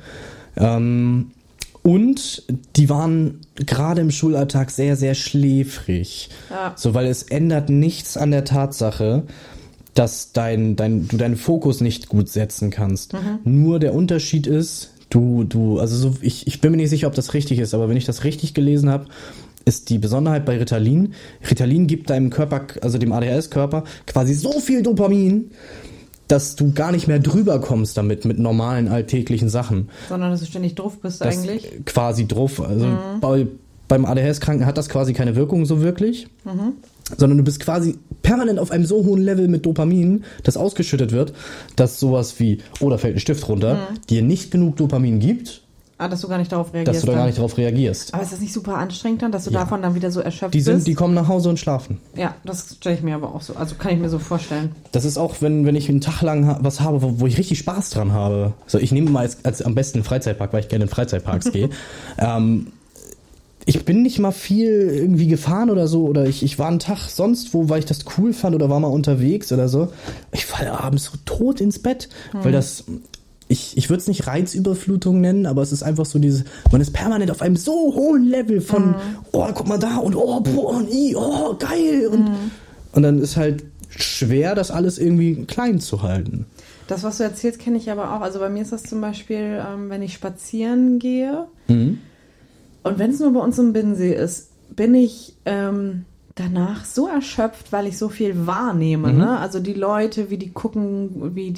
Und die waren gerade im Schulalltag sehr, sehr schläfrig. Ja. So, weil es ändert nichts an der Tatsache, dass du deinen Fokus nicht gut setzen kannst. Nur der Unterschied ist, ich bin mir nicht sicher, ob das richtig ist, aber wenn ich das richtig gelesen habe, ist die Besonderheit bei Ritalin gibt deinem Körper, also dem ADHS-Körper, quasi so viel Dopamin, dass du gar nicht mehr drüber kommst damit, mit normalen alltäglichen Sachen. Sondern dass du ständig drauf bist eigentlich? Quasi drauf. Also beim ADHS-Kranken hat das quasi keine Wirkung so wirklich. Sondern du bist quasi permanent auf einem so hohen Level mit Dopamin, das ausgeschüttet wird, dass sowas wie, da fällt ein Stift runter, dir nicht genug Dopamin gibt. Dass du gar nicht darauf reagierst. Dass du da gar nicht darauf reagierst. Aber ist das nicht super anstrengend dann, dass du davon dann wieder so erschöpft bist? Die kommen nach Hause und schlafen. Ja, das stelle ich mir aber auch so, also kann ich mir so vorstellen. Das ist auch, wenn ich einen Tag lang was habe, wo ich richtig Spaß dran habe. Also ich nehme mal als am besten einen Freizeitpark, weil ich gerne in Freizeitparks gehe. Ich bin nicht mal viel irgendwie gefahren oder so, oder ich war einen Tag sonst wo, weil ich das cool fand oder war mal unterwegs oder so. Ich falle abends so tot ins Bett, weil das... Ich würde es nicht Reizüberflutung nennen, aber es ist einfach so man ist permanent auf einem so hohen Level von, guck mal da und geil. Und dann ist halt schwer, das alles irgendwie klein zu halten. Das, was du erzählst, kenne ich aber auch. Also bei mir ist das zum Beispiel, wenn ich spazieren gehe und wenn es nur bei uns im Binnensee ist, bin ich danach so erschöpft, weil ich so viel wahrnehme. Ne? Also die Leute, wie die gucken, wie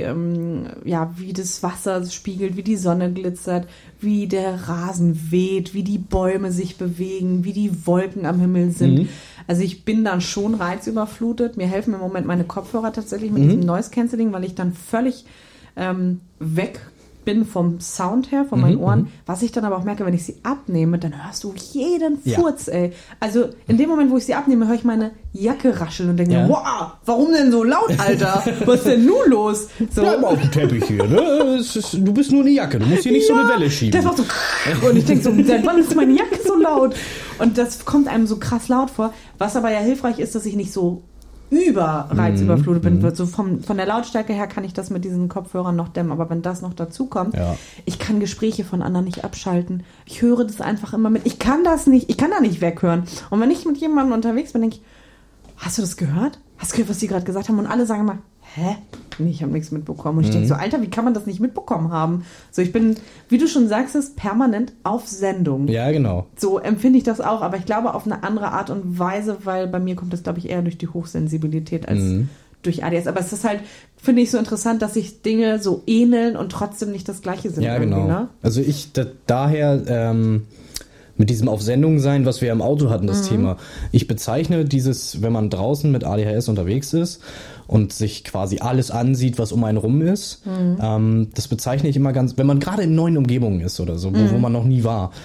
das Wasser spiegelt, wie die Sonne glitzert, wie der Rasen weht, wie die Bäume sich bewegen, wie die Wolken am Himmel sind. Also ich bin dann schon reizüberflutet. Mir helfen im Moment meine Kopfhörer tatsächlich mit diesem Noise Cancelling, weil ich dann völlig bin vom Sound her, von meinen Ohren. Was ich dann aber auch merke, wenn ich sie abnehme, dann hörst du jeden Furz, ey. Also in dem Moment, wo ich sie abnehme, höre ich meine Jacke rascheln und denke, wow, warum denn so laut, Alter? Was ist denn nun los? So. Bleib mal auf dem Teppich hier, ne? Du bist nur eine Jacke, du musst hier nicht so eine Welle schieben. Das war so und ich denke so, seit wann ist meine Jacke so laut? Und das kommt einem so krass laut vor, was aber ja hilfreich ist, dass ich nicht so reizüberflutet bin. So von der Lautstärke her kann ich das mit diesen Kopfhörern noch dämmen, aber wenn das noch dazu kommt, ich kann Gespräche von anderen nicht abschalten. Ich höre das einfach immer mit. Ich kann da nicht weghören. Und wenn ich mit jemandem unterwegs bin, denke ich, hast du das gehört? Hast du gehört, was die gerade gesagt haben? Und alle sagen immer, hä? Nee, ich habe nichts mitbekommen. Und ich denke so, Alter, wie kann man das nicht mitbekommen haben? So, ich bin, wie du schon sagst, ist permanent auf Sendung. Ja, genau. So empfinde ich das auch, aber ich glaube auf eine andere Art und Weise, weil bei mir kommt das, glaube ich, eher durch die Hochsensibilität als durch ADS. Aber es ist halt, finde ich, so interessant, dass sich Dinge so ähneln und trotzdem nicht das Gleiche sind. Ja, genau. Ne? Also daher mit diesem auf Sendung sein, was wir im Auto hatten, das Thema. Ich bezeichne dieses, wenn man draußen mit ADHS unterwegs ist und sich quasi alles ansieht, was um einen rum ist, das bezeichne ich immer ganz, wenn man gerade in neuen Umgebungen ist oder so, wo man noch nie war.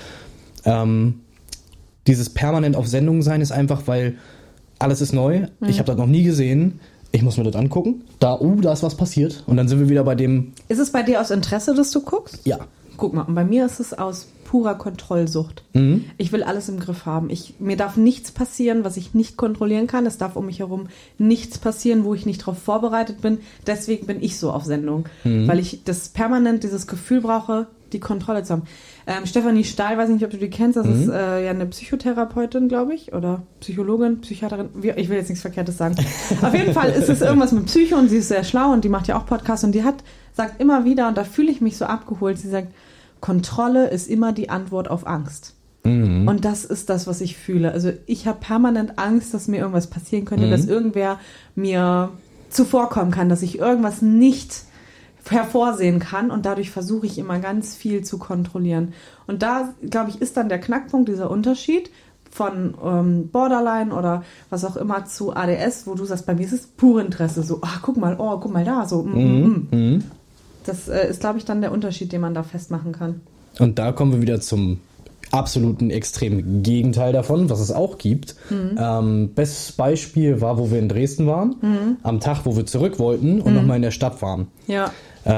Dieses permanent auf Sendung sein ist einfach, weil alles ist neu, ich habe das noch nie gesehen, ich muss mir das angucken, da ist was passiert und dann sind wir wieder bei dem... Ist es bei dir aus Interesse, dass du guckst? Ja. Guck mal, und bei mir ist es aus purer Kontrollsucht. Ich will alles im Griff haben. Mir darf nichts passieren, was ich nicht kontrollieren kann. Es darf um mich herum nichts passieren, wo ich nicht darauf vorbereitet bin. Deswegen bin ich so auf Sendung. Weil ich das permanent dieses Gefühl brauche, die Kontrolle zu haben. Stefanie Stahl, weiß nicht, ob du die kennst, das ist ja eine Psychotherapeutin, glaube ich, oder Psychologin, Psychiaterin, ich will jetzt nichts Verkehrtes sagen. Auf jeden Fall ist es irgendwas mit Psycho und sie ist sehr schlau und die macht ja auch Podcasts und die sagt immer wieder, und da fühle ich mich so abgeholt, sie sagt, Kontrolle ist immer die Antwort auf Angst. Und das ist das, was ich fühle. Also ich habe permanent Angst, dass mir irgendwas passieren könnte, dass irgendwer mir zuvorkommen kann, dass ich irgendwas nicht hervorsehen kann und dadurch versuche ich immer ganz viel zu kontrollieren. Und da, glaube ich, ist dann der Knackpunkt, dieser Unterschied von Borderline oder was auch immer zu ADS, wo du sagst, bei mir ist es pure Interesse, so, guck mal da, so, Das ist, glaube ich, dann der Unterschied, den man da festmachen kann. Und da kommen wir wieder zum absoluten extremen Gegenteil davon, was es auch gibt. Bestes Beispiel war, wo wir in Dresden waren, am Tag, wo wir zurück wollten und nochmal in der Stadt waren. Ja.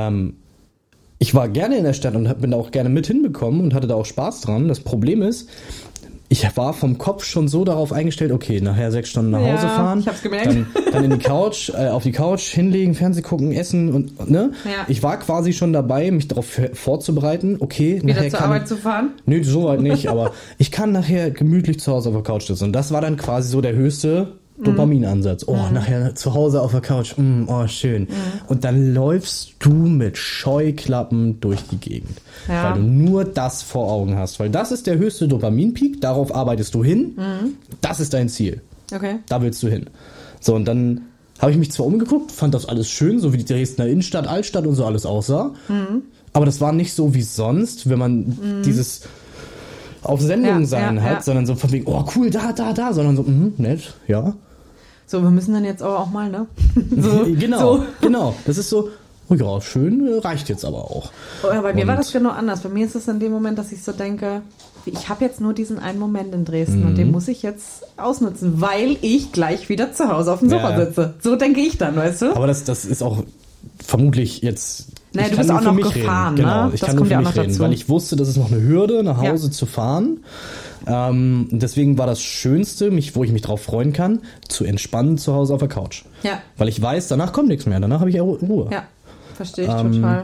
Ich war gerne in der Stadt und bin da auch gerne mit hinbekommen und hatte da auch Spaß dran. Das Problem ist, ich war vom Kopf schon so darauf eingestellt, okay, nachher 6 Stunden nach Hause fahren, ich hab's gemerkt. dann in die Couch, auf die Couch hinlegen, Fernsehen gucken, essen und ne? Ja. Ich war quasi schon dabei, mich darauf vorzubereiten, okay, wieder zur Arbeit zu fahren? Nö, so weit nicht, aber ich kann nachher gemütlich zu Hause auf der Couch sitzen. Und das war dann quasi so der höchste Dopaminansatz. Nachher zu Hause auf der Couch, schön. Und dann läufst du mit Scheuklappen durch die Gegend, weil du nur das vor Augen hast. Weil das ist der höchste Dopaminpeak, darauf arbeitest du hin, das ist dein Ziel. Okay. Da willst du hin. So, und dann habe ich mich zwar umgeguckt, fand das alles schön, so wie die Dresdner Innenstadt, Altstadt und so alles aussah, aber das war nicht so wie sonst, wenn man dieses auf Sendung sein hat, sondern so von wegen, cool, da, sondern so, nett, ja. So, wir müssen dann jetzt aber auch mal, ne? So, genau. Das ist so, ja, schön, reicht jetzt aber auch. Bei mir war das genau anders. Bei mir ist es in dem Moment, dass ich so denke, ich habe jetzt nur diesen einen Moment in Dresden und den muss ich jetzt ausnutzen, weil ich gleich wieder zu Hause auf dem Sofa sitze. So denke ich dann, weißt du? Aber das ist auch vermutlich jetzt... Naja, du bist auch noch gefahren, reden. Genau, ne? Ich kann nur für mich reden, weil ich wusste, das ist noch eine Hürde, nach Hause zu fahren. Deswegen war das Schönste, wo ich mich drauf freuen kann, zu entspannen zu Hause auf der Couch. Ja. Weil ich weiß, danach kommt nichts mehr, danach habe ich Ruhe. Ja, verstehe ich total.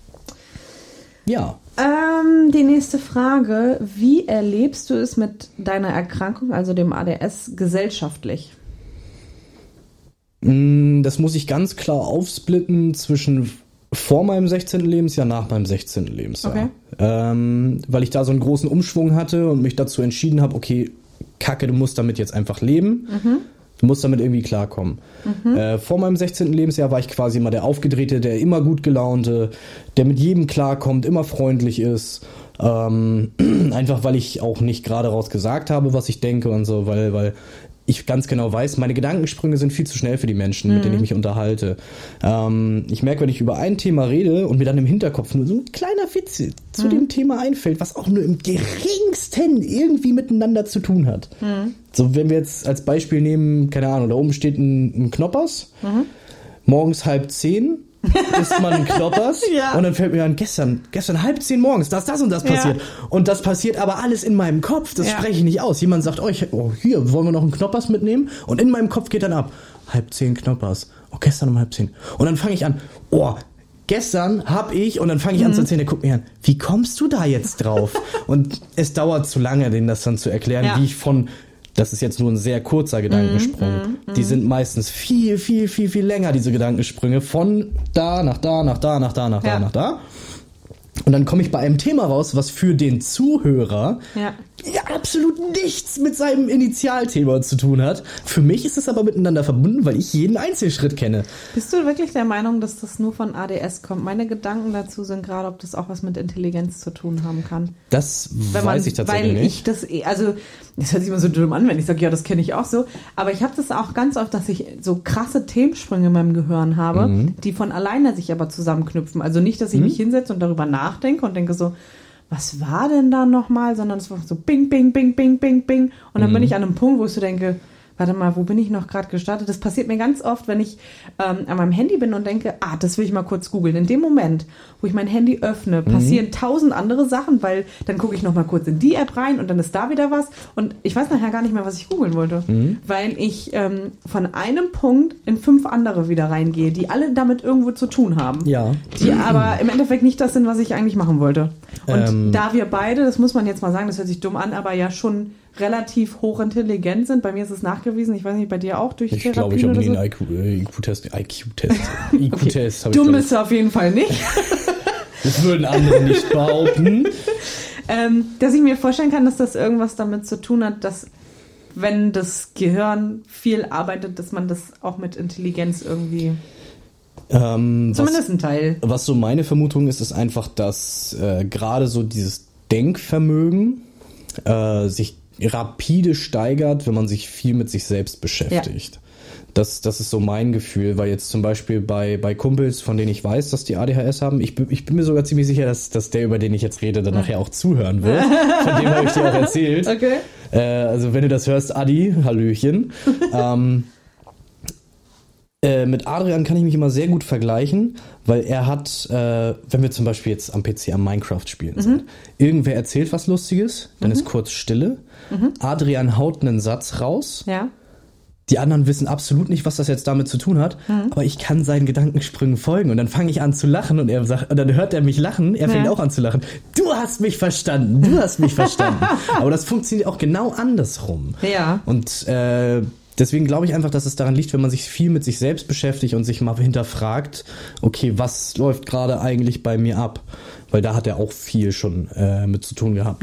Ja. Die nächste Frage, wie erlebst du es mit deiner Erkrankung, also dem ADS, gesellschaftlich? Das muss ich ganz klar aufsplitten zwischen vor meinem 16. Lebensjahr, nach meinem 16. Lebensjahr. Okay. Weil ich da so einen großen Umschwung hatte und mich dazu entschieden habe, okay, Kacke, du musst damit jetzt einfach leben. Du musst damit irgendwie klarkommen. Vor meinem 16. Lebensjahr war ich quasi immer der Aufgedrehte, der immer gut gelaunte, der mit jedem klarkommt, immer freundlich ist. Einfach weil ich auch nicht gerade raus gesagt habe, was ich denke und so, weil ich ganz genau weiß, meine Gedankensprünge sind viel zu schnell für die Menschen, mit denen ich mich unterhalte. Ich merke, wenn ich über ein Thema rede und mir dann im Hinterkopf nur so ein kleiner Witz zu dem Thema einfällt, was auch nur im geringsten irgendwie miteinander zu tun hat. So, wenn wir jetzt als Beispiel nehmen, keine Ahnung, da oben steht ein Knoppers, morgens 9:30 isst man einen Knoppers und dann fällt mir an, gestern 9:30 morgens, das und das passiert. Ja. Und das passiert aber alles in meinem Kopf, das spreche ich nicht aus. Jemand sagt, hier, wollen wir noch einen Knoppers mitnehmen? Und in meinem Kopf geht dann ab, 9:30 Knoppers. Gestern um 9:30. Und dann fange ich an, gestern habe ich, und dann fange ich an zu erzählen, der guckt mir an, wie kommst du da jetzt drauf? Und es dauert zu lange, denen das dann zu erklären, wie ich das ist jetzt nur ein sehr kurzer Gedankensprung. Die sind meistens viel, viel, viel, viel länger, diese Gedankensprünge, von da nach da, nach da, nach da, nach da, nach da. Und dann komme ich bei einem Thema raus, was für den Zuhörer absolut nichts mit seinem Initialthema zu tun hat. Für mich ist es aber miteinander verbunden, weil ich jeden Einzelschritt kenne. Bist du wirklich der Meinung, dass das nur von ADS kommt? Meine Gedanken dazu sind gerade, ob das auch was mit Intelligenz zu tun haben kann. Das weiß ich tatsächlich nicht. Das hört sich immer so dumm an, wenn ich sage, ja, das kenne ich auch so. Aber ich habe das auch ganz oft, dass ich so krasse Themensprünge in meinem Gehirn habe, die von alleine sich aber zusammenknüpfen. Also nicht, dass ich mich hinsetze und darüber nachdenke und denke so, was war denn da nochmal? Sondern es war so bing, bing, bing, bing, bing, bing. Und dann bin ich an einem Punkt, wo ich so denke, warte mal, wo bin ich noch gerade gestartet? Das passiert mir ganz oft, wenn ich an meinem Handy bin und denke, das will ich mal kurz googeln. In dem Moment, wo ich mein Handy öffne, passieren 1000 andere Sachen, weil dann gucke ich noch mal kurz in die App rein und dann ist da wieder was. Und ich weiß nachher gar nicht mehr, was ich googeln wollte. Weil ich von einem Punkt in 5 andere wieder reingehe, die alle damit irgendwo zu tun haben. Ja. Die aber im Endeffekt nicht das sind, was ich eigentlich machen wollte. Und da wir beide, das muss man jetzt mal sagen, das hört sich dumm an, aber ja schon relativ hochintelligent sind. Bei mir ist es nachgewiesen. Ich weiß nicht, bei dir auch durch Therapien. Ich glaube, ich habe nie einen IQ-Test. IQ-Test habe ich. Dumm ist er auf jeden Fall nicht. Das würden andere nicht behaupten. Dass ich mir vorstellen kann, dass das irgendwas damit zu tun hat, dass wenn das Gehirn viel arbeitet, dass man das auch mit Intelligenz irgendwie zumindest ein Teil. Was so meine Vermutung ist einfach, dass gerade so dieses Denkvermögen sich rapide steigert, wenn man sich viel mit sich selbst beschäftigt. Ja. Das ist so mein Gefühl, weil jetzt zum Beispiel bei Kumpels, von denen ich weiß, dass die ADHS haben, ich bin mir sogar ziemlich sicher, dass der, über den ich jetzt rede, dann nachher auch zuhören wird. Von dem habe ich dir auch erzählt. Okay. Also wenn du das hörst, Adi, Hallöchen. Mit Adrian kann ich mich immer sehr gut vergleichen, weil er hat, wenn wir zum Beispiel jetzt am PC am Minecraft spielen sind, irgendwer erzählt was Lustiges, dann ist kurz Stille, Adrian haut einen Satz raus, die anderen wissen absolut nicht, was das jetzt damit zu tun hat, aber ich kann seinen Gedankensprüngen folgen und dann fange ich an zu lachen und dann hört er mich lachen, er fängt auch an zu lachen. Du hast mich verstanden. Aber das funktioniert auch genau andersrum. Ja. Und deswegen glaube ich einfach, dass es daran liegt, wenn man sich viel mit sich selbst beschäftigt und sich mal hinterfragt, okay, was läuft gerade eigentlich bei mir ab? Weil da hat er auch viel schon mit zu tun gehabt.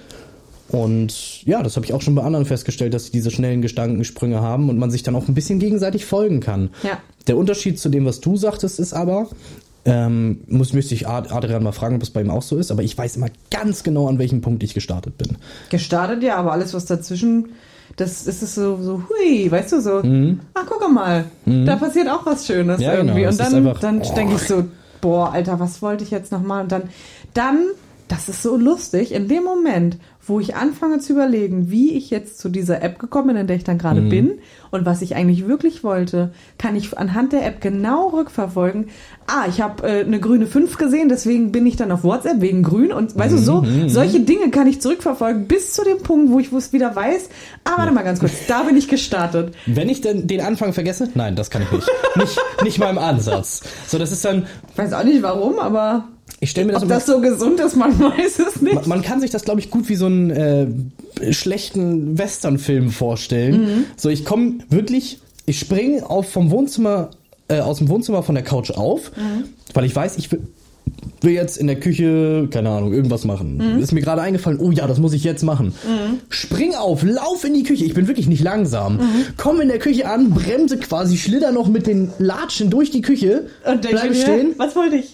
Und ja, das habe ich auch schon bei anderen festgestellt, dass sie diese schnellen Gedankensprünge haben und man sich dann auch ein bisschen gegenseitig folgen kann. Ja. Der Unterschied zu dem, was du sagtest, ist aber, müsste ich Adrian mal fragen, ob es bei ihm auch so ist, aber ich weiß immer ganz genau, an welchem Punkt ich gestartet bin. Gestartet, ja, aber alles, was dazwischen, das ist es so, hui, weißt du, so, guck mal, da passiert auch was Schönes irgendwie. Genau, und dann denke ich so, boah, Alter, was wollte ich jetzt nochmal? Und dann, das ist so lustig, in dem Moment, wo ich anfange zu überlegen, wie ich jetzt zu dieser App gekommen bin, in der ich dann gerade bin und was ich eigentlich wirklich wollte, kann ich anhand der App genau rückverfolgen. Ich habe eine grüne 5 gesehen, deswegen bin ich dann auf WhatsApp wegen grün und weißt du, solche Dinge kann ich zurückverfolgen bis zu dem Punkt, wo ich es wieder weiß. Warte mal ganz kurz, da bin ich gestartet. Wenn ich denn den Anfang vergesse? Nein, das kann ich nicht. nicht mal im Ansatz. So, das ist dann... Ich weiß auch nicht warum, aber... Ich stell mir das das so gesund ist, man weiß es nicht. Man kann sich das, glaube ich, gut wie so einen schlechten Western-Film vorstellen. So, ich springe aus dem Wohnzimmer von der Couch auf, weil ich weiß, ich will jetzt in der Küche, keine Ahnung, irgendwas machen. Ist mir gerade eingefallen, oh ja, das muss ich jetzt machen. Spring auf, lauf in die Küche, ich bin wirklich nicht langsam. Komm in der Küche an, bremse quasi, schlitter noch mit den Latschen durch die Küche, und bleibe stehen. Was wollte ich?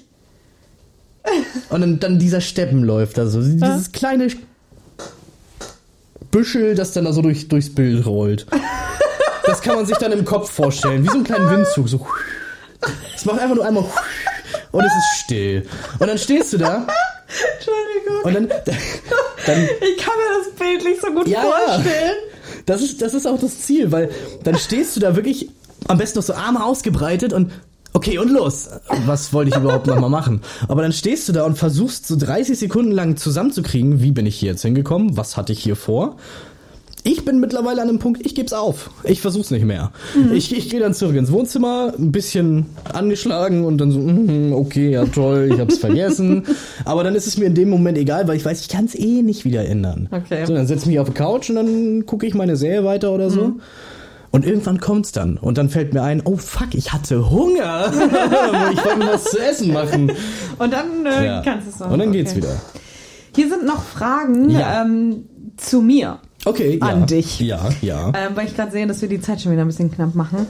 Und dann dieser Steppenläuft, also dieses kleine Büschel, das dann da so durchs Bild rollt. das kann man sich dann im Kopf vorstellen, wie so einen kleinen Windzug. So. Es macht einfach nur einmal und es ist still. Und dann stehst du da. Entschuldigung. Und dann Ich kann mir das bildlich so gut vorstellen. Das ist auch das Ziel, weil dann stehst du da wirklich am besten noch so Arme ausgebreitet und okay, und los. Was wollte ich überhaupt nochmal machen? Aber dann stehst du da und versuchst so 30 Sekunden lang zusammenzukriegen, wie bin ich hier jetzt hingekommen? Was hatte ich hier vor? Ich bin mittlerweile an einem Punkt, ich geb's auf. Ich versuch's nicht mehr. Ich gehe dann zurück ins Wohnzimmer, ein bisschen angeschlagen und dann so, okay, ja toll, ich hab's vergessen. Aber dann ist es mir in dem Moment egal, weil ich weiß, ich kann's eh nicht wieder ändern. Okay. So, dann setz ich mich auf die Couch und dann gucke ich meine Serie weiter oder so. Und irgendwann kommt's dann. Und dann fällt mir ein, oh fuck, ich hatte Hunger. Ich wollte mir was zu essen machen. Und dann kannst du es noch. Und dann geht's wieder. Hier sind noch Fragen zu mir. Okay, an dich. Ja. Weil ich gerade sehe, dass wir die Zeit schon wieder ein bisschen knapp machen.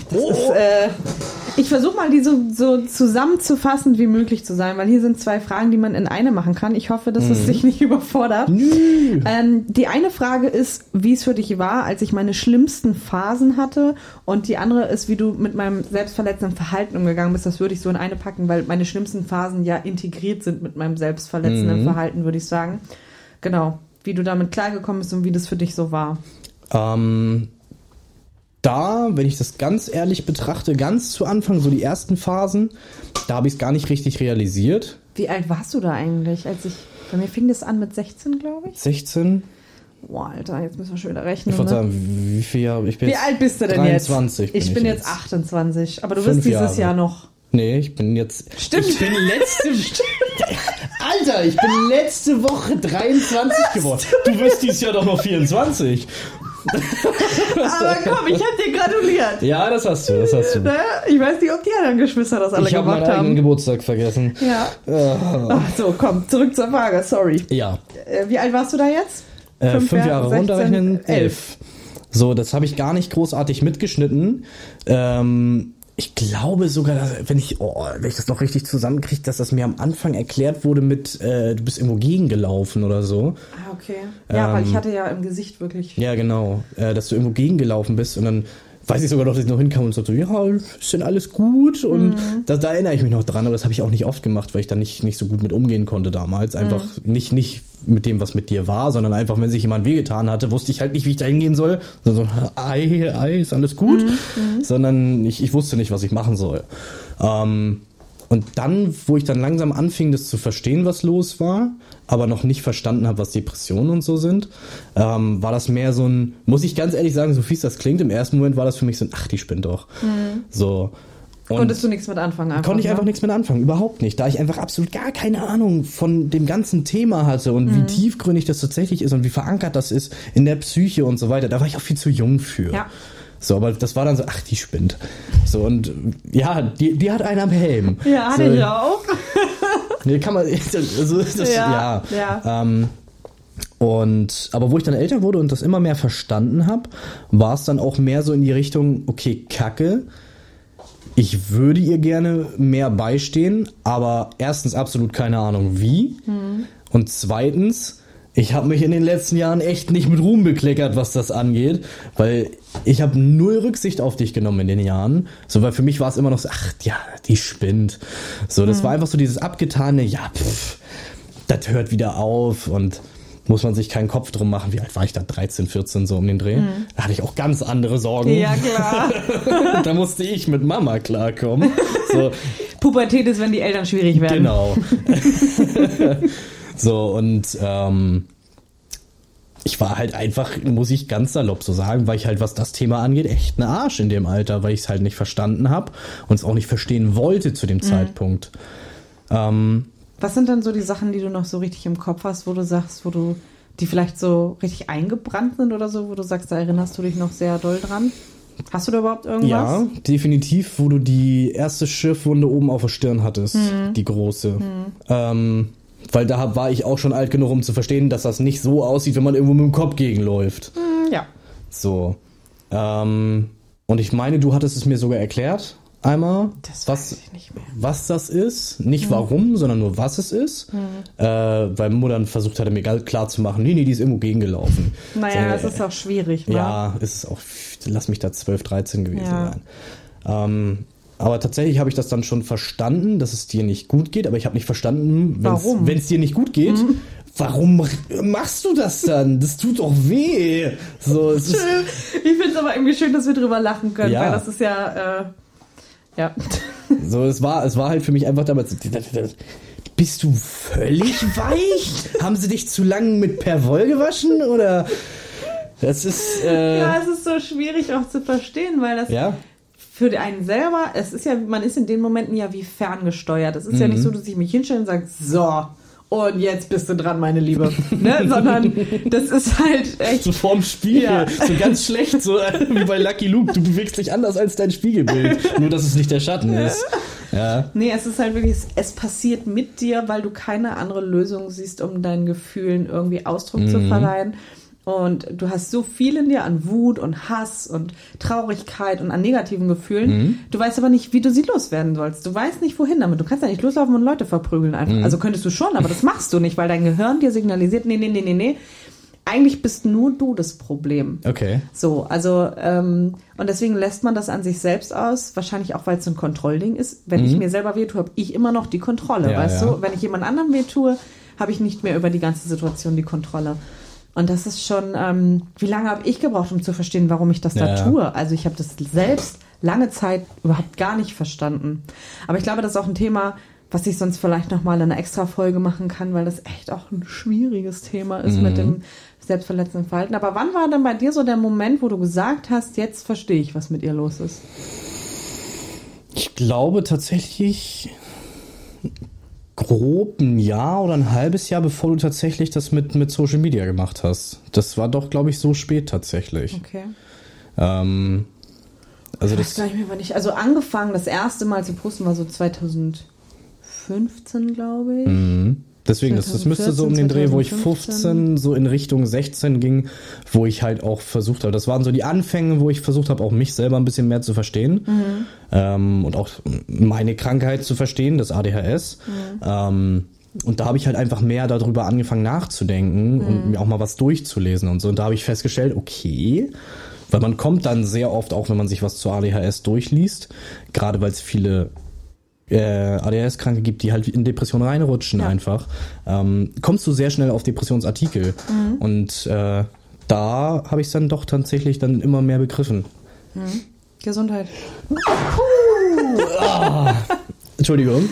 Ich versuche mal, die so zusammenzufassend wie möglich zu sein, weil hier sind 2 Fragen, die man in eine machen kann. Ich hoffe, dass es dich nicht überfordert. Die eine Frage ist, wie es für dich war, als ich meine schlimmsten Phasen hatte. Und die andere ist, wie du mit meinem selbstverletzenden Verhalten umgegangen bist. Das würde ich so in eine packen, weil meine schlimmsten Phasen ja integriert sind mit meinem selbstverletzenden Verhalten, würde ich sagen. Genau. Wie du damit klargekommen bist und wie das für dich so war. Wenn ich das ganz ehrlich betrachte, ganz zu Anfang, so die ersten Phasen, da habe ich es gar nicht richtig realisiert. Wie alt warst du da eigentlich? Bei mir fing das an mit 16, glaube ich. 16? Boah, Alter, jetzt müssen wir schon wieder rechnen. Ich wollte sagen, wie viel Jahre? Wie alt bist du denn 23 jetzt? Ich bin jetzt 28, aber du 5 wirst dieses Jahre. Jahr noch. Nee, ich bin jetzt... Stimmt. Ich bin Alter, ich bin letzte Woche 23 geworden. Du wirst dieses Jahr doch noch 24. Aber komm, ich hab dir gratuliert. Ja, das hast du. Ich weiß nicht, ob die anderen Geschwister das alle Ich habe gemacht meinen eigenen haben. Geburtstag vergessen. Ja. Ach so, komm, zurück zur Frage, sorry. Ja. Wie alt warst du da jetzt? 5 Jahre 16, runterrechnen, 11. So, das habe ich gar nicht großartig mitgeschnitten. Ich glaube sogar, wenn ich das noch richtig zusammenkriege, dass das mir am Anfang erklärt wurde mit, du bist irgendwo gegengelaufen oder so. Ah, okay. Ja, weil ich hatte ja im Gesicht wirklich... Ja, genau. Dass du irgendwo gegengelaufen bist und dann weiß ich sogar noch, dass ich noch hinkam und so, ja, ist denn alles gut? Und da erinnere ich mich noch dran, aber das habe ich auch nicht oft gemacht, weil ich da nicht so gut mit umgehen konnte damals. Einfach nicht mit dem, was mit dir war, sondern einfach, wenn sich jemand wehgetan hatte, wusste ich halt nicht, wie ich da hingehen soll. So, ei, ist alles gut. Sondern ich wusste nicht, was ich machen soll. Und dann, wo ich dann langsam anfing, das zu verstehen, was los war, aber noch nicht verstanden habe, was Depressionen und so sind, war das mehr so ein, muss ich ganz ehrlich sagen, so fies das klingt, im ersten Moment war das für mich so ein, ach, die spinnt doch. So. Und konntest du nichts mit anfangen? Konnte ich einfach nichts mit anfangen, überhaupt nicht, da ich einfach absolut gar keine Ahnung von dem ganzen Thema hatte und wie tiefgründig das tatsächlich ist und wie verankert das ist in der Psyche und so weiter. Da war ich auch viel zu jung für. Ja. So, aber das war dann so, ach, die spinnt. So, und ja, die hat einen am Helm. Ja, hatte so, ich auch. Nee, kann man, ja. Aber wo ich dann älter wurde und das immer mehr verstanden habe, war es dann auch mehr so in die Richtung, okay, Kacke, ich würde ihr gerne mehr beistehen, aber erstens absolut keine Ahnung wie und zweitens, ich habe mich in den letzten Jahren echt nicht mit Ruhm bekleckert, was das angeht, weil ich habe 0 Rücksicht auf dich genommen in den Jahren. So, weil für mich war es immer noch so, ach ja, die spinnt. So, das war einfach so dieses abgetane, ja, das hört wieder auf und muss man sich keinen Kopf drum machen. Wie alt war ich da? 13, 14 so um den Dreh. Da hatte ich auch ganz andere Sorgen. Ja, klar. Da musste ich mit Mama klarkommen. So. Pubertät ist, wenn die Eltern schwierig werden. Genau. So, und ich war halt einfach, muss ich ganz salopp so sagen, weil ich halt, was das Thema angeht, echt ein Arsch in dem Alter, weil ich es halt nicht verstanden habe und es auch nicht verstehen wollte zu dem Zeitpunkt. Was sind dann so die Sachen, die du noch so richtig im Kopf hast, wo du sagst, die vielleicht so richtig eingebrannt sind oder so, wo du sagst, da erinnerst du dich noch sehr doll dran? Hast du da überhaupt irgendwas? Ja, definitiv, wo du die erste Schürfwunde oben auf der Stirn hattest, die große. Weil da war ich auch schon alt genug, um zu verstehen, dass das nicht so aussieht, wenn man irgendwo mit dem Kopf gegenläuft. Ja. So. Und ich meine, du hattest es mir sogar erklärt, einmal, Das weiß ich nicht mehr. was das ist. Nicht warum, sondern nur was es ist. Weil Mutter dann versucht hatte, mir klar zu machen, nee, die ist irgendwo gegengelaufen. Naja, das ist auch schwierig, ne? Ja, ist es auch, lass mich da 12, 13 gewesen sein. Aber tatsächlich habe ich das dann schon verstanden, dass es dir nicht gut geht, aber ich habe nicht verstanden, wenn es dir nicht gut geht, warum machst du das dann? Das tut doch weh. So, es ist, Ich finde es aber irgendwie schön, dass wir drüber lachen können, Ja. weil das ist ja, so, es war halt für mich einfach damals, bist du völlig weich? Haben sie dich zu lang mit Perwoll gewaschen? Oder das ist... ja, es ist so schwierig auch zu verstehen, weil das für einen selber, es ist ja, man ist in den Momenten ja wie ferngesteuert. Es ist ja nicht so, dass ich mich hinstelle und sage, so, und jetzt bist du dran, meine Liebe. Ne? Sondern das ist halt echt... So vorm Spiegel, so ganz schlecht, so wie bei Lucky Luke. Du bewegst dich anders als dein Spiegelbild, nur dass es nicht der Schatten ist. Ja. Nee, es ist halt wirklich, es passiert mit dir, weil du keine andere Lösung siehst, um deinen Gefühlen irgendwie Ausdruck zu verleihen. Und du hast so viel in dir an Wut und Hass und Traurigkeit und an negativen Gefühlen. Du weißt aber nicht, wie du sie loswerden sollst. Du weißt nicht, wohin damit. Du kannst ja nicht loslaufen und Leute verprügeln einfach. Also könntest du schon, aber das machst du nicht, weil dein Gehirn dir signalisiert, nee. Eigentlich bist nur du das Problem. Okay. So, also, und deswegen lässt man das an sich selbst aus. Wahrscheinlich auch, weil es so ein Kontrollding ist. Wenn ich mir selber wehtue, habe ich immer noch die Kontrolle, weißt du? Wenn ich jemand anderem wehtue, habe ich nicht mehr über die ganze Situation die Kontrolle. Und das ist schon, wie lange habe ich gebraucht, um zu verstehen, warum ich das da tue? Also ich habe das selbst lange Zeit überhaupt gar nicht verstanden. Aber ich glaube, das ist auch ein Thema, was ich sonst vielleicht nochmal in einer extra Folge machen kann, weil das echt auch ein schwieriges Thema ist mit dem selbstverletzenden Verhalten. Aber wann war denn bei dir so der Moment, wo du gesagt hast, jetzt verstehe ich, was mit ihr los ist? Ich glaube tatsächlich grob ein Jahr oder ein halbes Jahr, bevor du tatsächlich das mit Social Media gemacht hast. Das war doch, glaube ich, so spät tatsächlich. Okay. Also Ich weiß das... gar nicht mehr, wann ich, also angefangen, das erste Mal zu posten war so 2015, glaube ich. Deswegen, das müsste so um den Dreh, wo ich 15 so in Richtung 16 ging, wo ich halt auch versucht habe, das waren so die Anfänge, wo ich versucht habe, auch mich selber ein bisschen mehr zu verstehen und auch meine Krankheit zu verstehen, das ADHS. Und da habe ich halt einfach mehr darüber angefangen nachzudenken und mir auch mal was durchzulesen und so. Und da habe ich festgestellt, okay, weil man kommt dann sehr oft, auch wenn man sich was zu ADHS durchliest, gerade weil es viele ADHS-Kranke gibt, die halt in Depressionen reinrutschen einfach, kommst du sehr schnell auf Depressionsartikel. Und da habe ich es dann doch tatsächlich dann immer mehr begriffen. Gesundheit. Entschuldigung.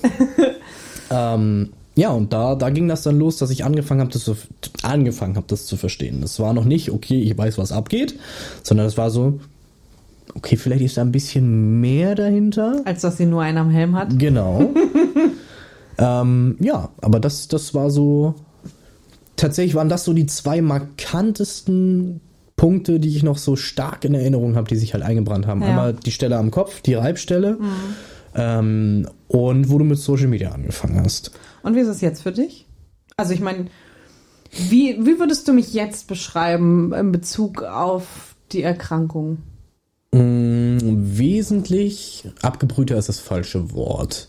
Ja, und da ging das dann los, dass ich angefangen habe, das zu verstehen. Das war noch nicht, okay, ich weiß, was abgeht, sondern es war so, okay, vielleicht ist da ein bisschen mehr dahinter. Als dass sie nur einen am Helm hat. Genau. Ja, aber das war so, tatsächlich waren das so die zwei markantesten Punkte, die ich noch so stark in Erinnerung habe, die sich halt eingebrannt haben. Ja. Einmal die Stelle am Kopf, die Reibstelle und wo du mit Social Media angefangen hast. Und wie ist es jetzt für dich? Also ich meine, wie würdest du mich jetzt beschreiben in Bezug auf die Erkrankung? Wesentlich abgebrühter ist das falsche Wort.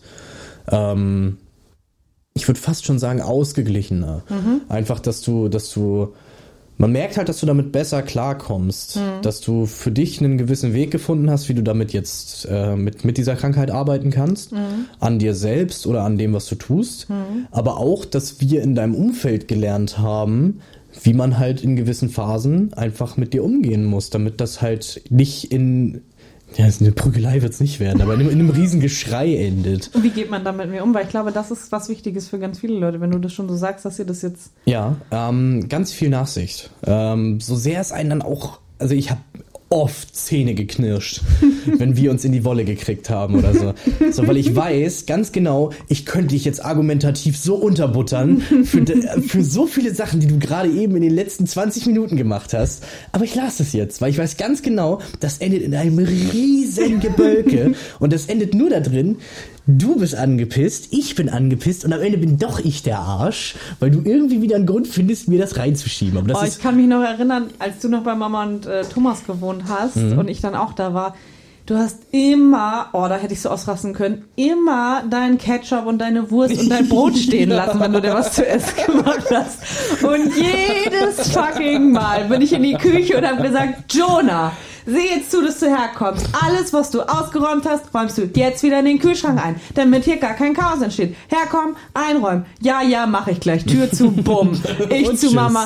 Ich würde fast schon sagen ausgeglichener. Einfach, dass du man merkt halt, dass du damit besser klarkommst, dass du für dich einen gewissen Weg gefunden hast, wie du damit jetzt mit dieser Krankheit arbeiten kannst, an dir selbst oder an dem, was du tust, aber auch, dass wir in deinem Umfeld gelernt haben, wie man halt in gewissen Phasen einfach mit dir umgehen muss, damit das halt nicht eine Prügelei wird es nicht werden, aber in einem riesen Geschrei endet. Und wie geht man damit mit mir um? Weil ich glaube, das ist was Wichtiges für ganz viele Leute, wenn du das schon so sagst, dass ihr das jetzt... Ja, ganz viel Nachsicht. So sehr es einen dann auch... Also ich habe oft Zähne geknirscht, wenn wir uns in die Wolle gekriegt haben oder so. So, weil ich weiß ganz genau, ich könnte dich jetzt argumentativ so unterbuttern für so viele Sachen, die du gerade eben in den letzten 20 Minuten gemacht hast. Aber ich lasse es jetzt, weil ich weiß ganz genau, das endet in einem riesen Gebölke und das endet nur da drin, du bist angepisst, ich bin angepisst und am Ende bin doch ich der Arsch, weil du irgendwie wieder einen Grund findest, mir das reinzuschieben. Aber das ich kann mich noch erinnern, als du noch bei Mama und Thomas gewohnt hast und ich dann auch da war, du hast immer, da hätte ich so ausrasten können, immer deinen Ketchup und deine Wurst und dein Brot stehen lassen, wenn du dir was zu essen gemacht hast. Und jedes fucking Mal bin ich in die Küche und habe gesagt, Jonah, sieh jetzt zu, dass du herkommst. Alles, was du ausgeräumt hast, räumst du jetzt wieder in den Kühlschrank ein, damit hier gar kein Chaos entsteht. Herkommen, einräumen. Ja, mache ich gleich. Tür zu, bumm. Ich zu tschüss. Mama.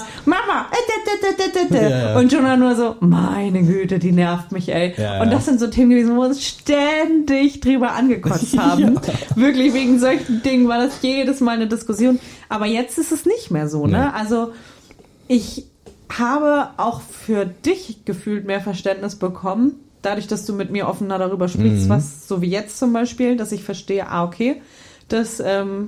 Ja. Und Jonah nur so, meine Güte, die nervt mich, ey. Ja. Und das sind so Themen gewesen, wo wir uns ständig drüber angekotzt haben. Wirklich, wegen solchen Dingen war das jedes Mal eine Diskussion. Aber jetzt ist es nicht mehr so, ne? Nee. Also, ich habe auch für dich gefühlt mehr Verständnis bekommen, dadurch, dass du mit mir offener darüber sprichst, was, so wie jetzt zum Beispiel, dass ich verstehe, okay, das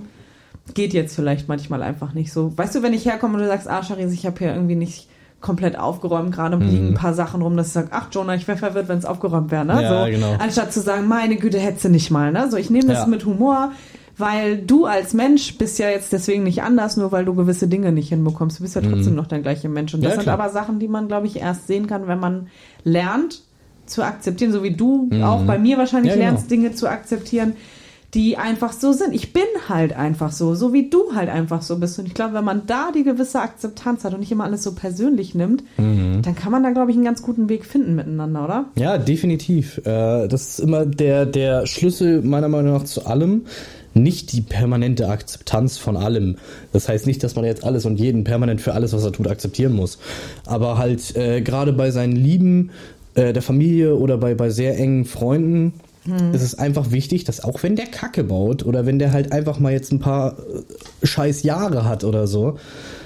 geht jetzt vielleicht manchmal einfach nicht so. Weißt du, wenn ich herkomme und du sagst, Charis, ich habe hier irgendwie nicht komplett aufgeräumt, gerade liegen ein paar Sachen rum, dass ich sage, ach Jonah, ich wäre verwirrt, wenn es aufgeräumt wäre, ne? Ja, so, genau. Anstatt zu sagen, meine Güte, hättest du nicht mal, ne? So, ich nehme das mit Humor, weil du als Mensch bist ja jetzt deswegen nicht anders, nur weil du gewisse Dinge nicht hinbekommst. Du bist ja trotzdem noch der gleiche Mensch. Und das sind aber Sachen, die man, glaube ich, erst sehen kann, wenn man lernt zu akzeptieren, so wie du auch bei mir wahrscheinlich lernst, Dinge zu akzeptieren, die einfach so sind. Ich bin halt einfach so wie du halt einfach so bist. Und ich glaube, wenn man da die gewisse Akzeptanz hat und nicht immer alles so persönlich nimmt, dann kann man da, glaube ich, einen ganz guten Weg finden miteinander, oder? Ja, definitiv. Das ist immer der Schlüssel meiner Meinung nach zu allem. Nicht die permanente Akzeptanz von allem. Das heißt nicht, dass man jetzt alles und jeden permanent für alles, was er tut, akzeptieren muss. Aber halt gerade bei seinen Lieben, der Familie oder bei sehr engen Freunden ist es einfach wichtig, dass auch wenn der Kacke baut oder wenn der halt einfach mal jetzt ein paar scheiß Jahre hat oder so,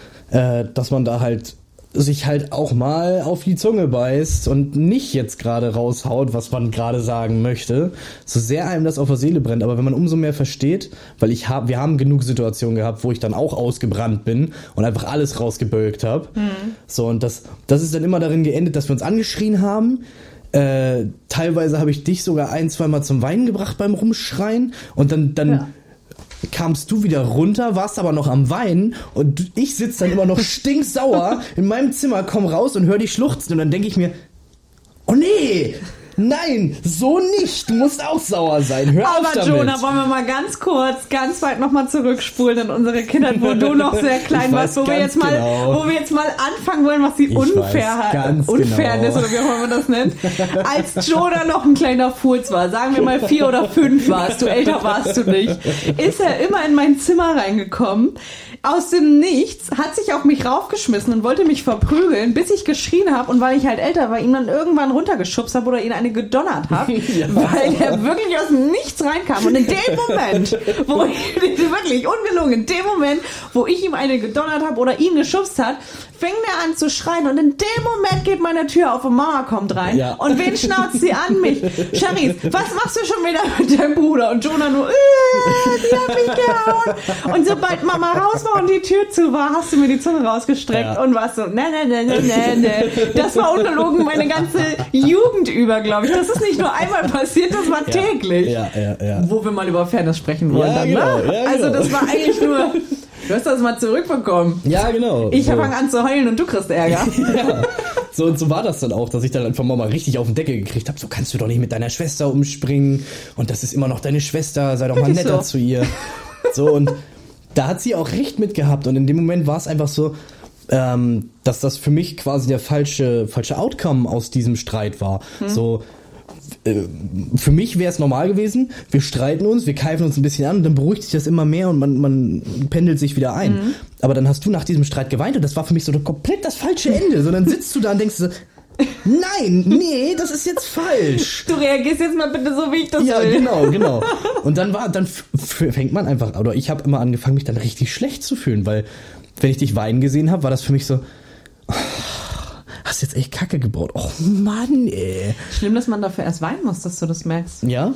dass man da halt sich halt auch mal auf die Zunge beißt und nicht jetzt gerade raushaut, was man gerade sagen möchte, so sehr einem das auf der Seele brennt. Aber wenn man umso mehr versteht, weil wir haben genug Situationen gehabt, wo ich dann auch ausgebrannt bin und einfach alles rausgebölkt habe. So, und das ist dann immer darin geendet, dass wir uns angeschrien haben. Teilweise habe ich dich sogar 1-2 Mal zum Weinen gebracht beim Rumschreien und dann kamst du wieder runter, warst aber noch am Weinen und ich sitze dann immer noch stinksauer in meinem Zimmer, komm raus und hör dich schluchzen und dann denke ich mir, oh nee, nein, so nicht, du musst auch sauer sein, hör auf damit. Aber Jonah, wollen wir mal ganz kurz, ganz weit nochmal zurückspulen in unsere Kindheit, wo du noch sehr klein warst, wo wir jetzt mal anfangen wollen, was die Unfairness oder wie auch immer man das nennt. Als Jonah noch ein kleiner Furz war, sagen wir mal 4 oder 5 warst du, älter warst du nicht, ist er immer in mein Zimmer reingekommen, aus dem Nichts, hat sich auf mich raufgeschmissen und wollte mich verprügeln, bis ich geschrien habe und weil ich halt älter war, ihn dann irgendwann runtergeschubst habe oder ihn eine gedonnert habe, weil er wirklich aus dem Nichts reinkam. Und in dem Moment, wo ich, wirklich ungelogen, in dem Moment, wo ich ihm eine gedonnert habe oder ihn geschubst hat, fing er an zu schreien und in dem Moment geht meine Tür auf und Mama kommt rein. Ja. Und wen schnauzt sie an? Mich. Charis, was machst du schon wieder mit deinem Bruder? Und Jonah nur, die hat mich gehauen. Und sobald Mama raus war und die Tür zu war, hast du mir die Zunge rausgestreckt und warst so, ne. Das war ungelogen meine ganze Jugend über, glaube ich. Das ist nicht nur einmal passiert, das war täglich. Ja. Wo wir mal über Fairness sprechen wollen. Ja, dann, genau, ne? ja, Also genau. das war eigentlich nur... Du hast das mal zurückbekommen. Ja, genau. Ich fange an zu heulen und du kriegst Ärger. Ja. So war das dann auch, dass ich dann von Mama richtig auf den Deckel gekriegt habe. So kannst du doch nicht mit deiner Schwester umspringen. Und das ist immer noch deine Schwester. Sei doch mal netter zu ihr. So, und da hat sie auch recht mit gehabt. Und in dem Moment war es einfach so, dass das für mich quasi der falsche Outcome aus diesem Streit war. So, für mich wäre es normal gewesen, wir streiten uns, wir keifen uns ein bisschen an und dann beruhigt sich das immer mehr und man pendelt sich wieder ein. Aber dann hast du nach diesem Streit geweint und das war für mich so komplett das falsche Ende. So, dann sitzt du da und denkst so, nein, nee, das ist jetzt falsch. Du reagierst jetzt mal bitte so, wie ich das will. Ja, genau. Und dann fängt man einfach, oder ich habe immer angefangen, mich dann richtig schlecht zu fühlen, weil wenn ich dich weinen gesehen habe, war das für mich so, hast jetzt echt Kacke gebaut. Oh Mann, ey. Schlimm, dass man dafür erst weinen muss, dass du das merkst. Ja?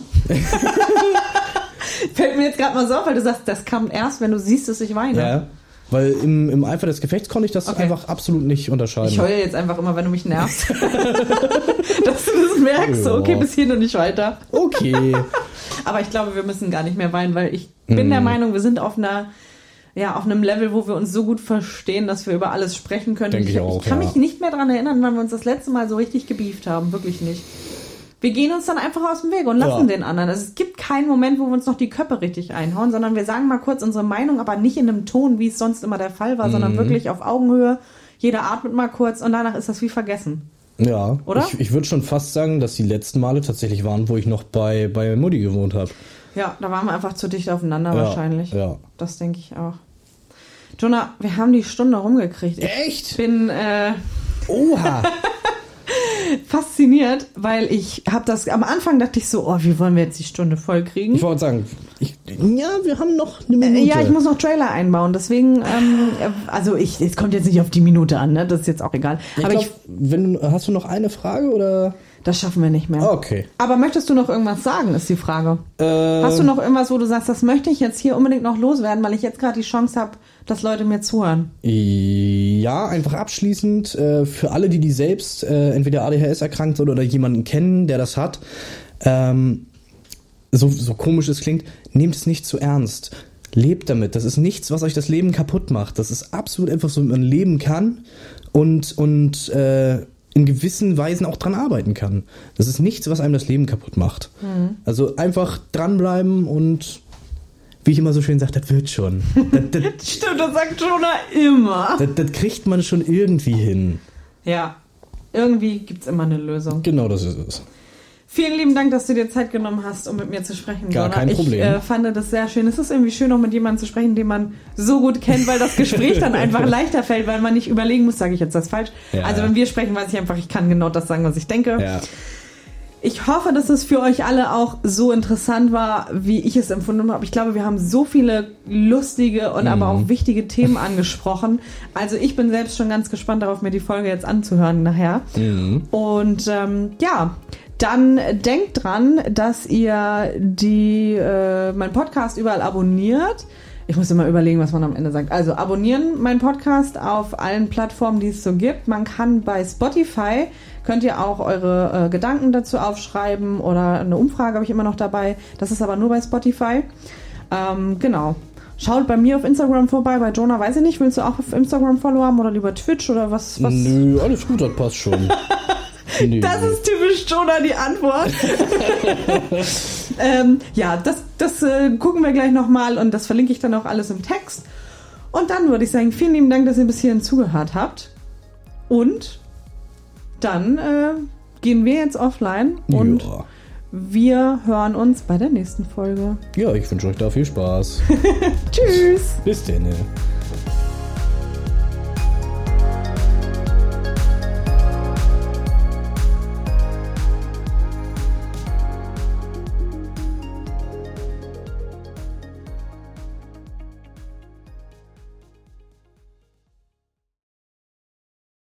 Fällt mir jetzt gerade mal so auf, weil du sagst, das kam erst, wenn du siehst, dass ich weine. Ja, weil im Eifer des Gefechts konnte ich das einfach absolut nicht unterscheiden. Ich heule jetzt einfach immer, wenn du mich nervst. Dass du das merkst, so, okay, bis hier und nicht weiter. Okay. Aber ich glaube, wir müssen gar nicht mehr weinen, weil ich bin der Meinung, wir sind auf einem Level, wo wir uns so gut verstehen, dass wir über alles sprechen können. Denke ich auch, ich kann mich nicht mehr daran erinnern, wann wir uns das letzte Mal so richtig gebieft haben. Wirklich nicht. Wir gehen uns dann einfach aus dem Weg und lassen den anderen. Also es gibt keinen Moment, wo wir uns noch die Köpfe richtig einhauen, sondern wir sagen mal kurz unsere Meinung, aber nicht in einem Ton, wie es sonst immer der Fall war, sondern wirklich auf Augenhöhe. Jeder atmet mal kurz und danach ist das wie vergessen. Ja, oder? Ich würde schon fast sagen, dass die letzten Male tatsächlich waren, wo ich noch bei Mutti gewohnt habe. Ja, da waren wir einfach zu dicht aufeinander wahrscheinlich. Ja. Das denke ich auch. Jonah, wir haben die Stunde rumgekriegt. Echt? Ich bin Oha! fasziniert, weil ich habe das, am Anfang dachte ich so, wie wollen wir jetzt die Stunde voll kriegen? Ich wollte sagen, wir haben noch eine Minute. Ja, ich muss noch Trailer einbauen, deswegen, es kommt jetzt nicht auf die Minute an, ne? Das ist jetzt auch egal. Hast du noch eine Frage oder? Das schaffen wir nicht mehr. Okay. Aber möchtest du noch irgendwas sagen, ist die Frage. Hast du noch irgendwas, wo du sagst, das möchte ich jetzt hier unbedingt noch loswerden, weil ich jetzt gerade die Chance habe, dass Leute mir zuhören? Ja, einfach abschließend, für alle, die selbst entweder ADHS erkrankt sind oder jemanden kennen, der das hat, so komisch es klingt, nehmt es nicht zu ernst. Lebt damit. Das ist nichts, was euch das Leben kaputt macht. Das ist absolut etwas, so man leben kann und in gewissen Weisen auch dran arbeiten kann. Das ist nichts, was einem das Leben kaputt macht. Mhm. Also einfach dranbleiben und wie ich immer so schön sage, das wird schon. Stimmt, das sagt Jonah immer. Das kriegt man schon irgendwie hin. Ja, irgendwie gibt es immer eine Lösung. Genau, das ist es. Vielen lieben Dank, dass du dir Zeit genommen hast, um mit mir zu sprechen, Gar kein Problem. Ich fand das sehr schön. Es ist irgendwie schön, auch mit jemandem zu sprechen, den man so gut kennt, weil das Gespräch dann einfach leichter fällt, weil man nicht überlegen muss, sage ich jetzt das falsch. Ja. Also wenn wir sprechen, weiß ich einfach, ich kann genau das sagen, was ich denke. Ja. Ich hoffe, dass es für euch alle auch so interessant war, wie ich es empfunden habe. Ich glaube, wir haben so viele lustige und aber auch wichtige Themen angesprochen. Also ich bin selbst schon ganz gespannt darauf, mir die Folge jetzt anzuhören nachher. Mhm. Und dann denkt dran, dass ihr meinen Podcast überall abonniert. Ich muss immer überlegen, was man am Ende sagt. Also abonnieren meinen Podcast auf allen Plattformen, die es so gibt. Man kann bei Spotify, könnt ihr auch eure Gedanken dazu aufschreiben oder eine Umfrage habe ich immer noch dabei. Das ist aber nur bei Spotify. Genau. Schaut bei mir auf Instagram vorbei, bei Jonah weiß ich nicht. Willst du auch auf Instagram Follow haben oder lieber Twitch oder was? Nö, alles gut, das passt schon. Nee. Das ist typisch Jonah, die Antwort. Das gucken wir gleich nochmal und das verlinke ich dann auch alles im Text. Und dann würde ich sagen, vielen lieben Dank, dass ihr bis hierhin zugehört habt. Und dann gehen wir jetzt offline und wir hören uns bei der nächsten Folge. Ja, ich wünsche euch da viel Spaß. Tschüss. Bis denn.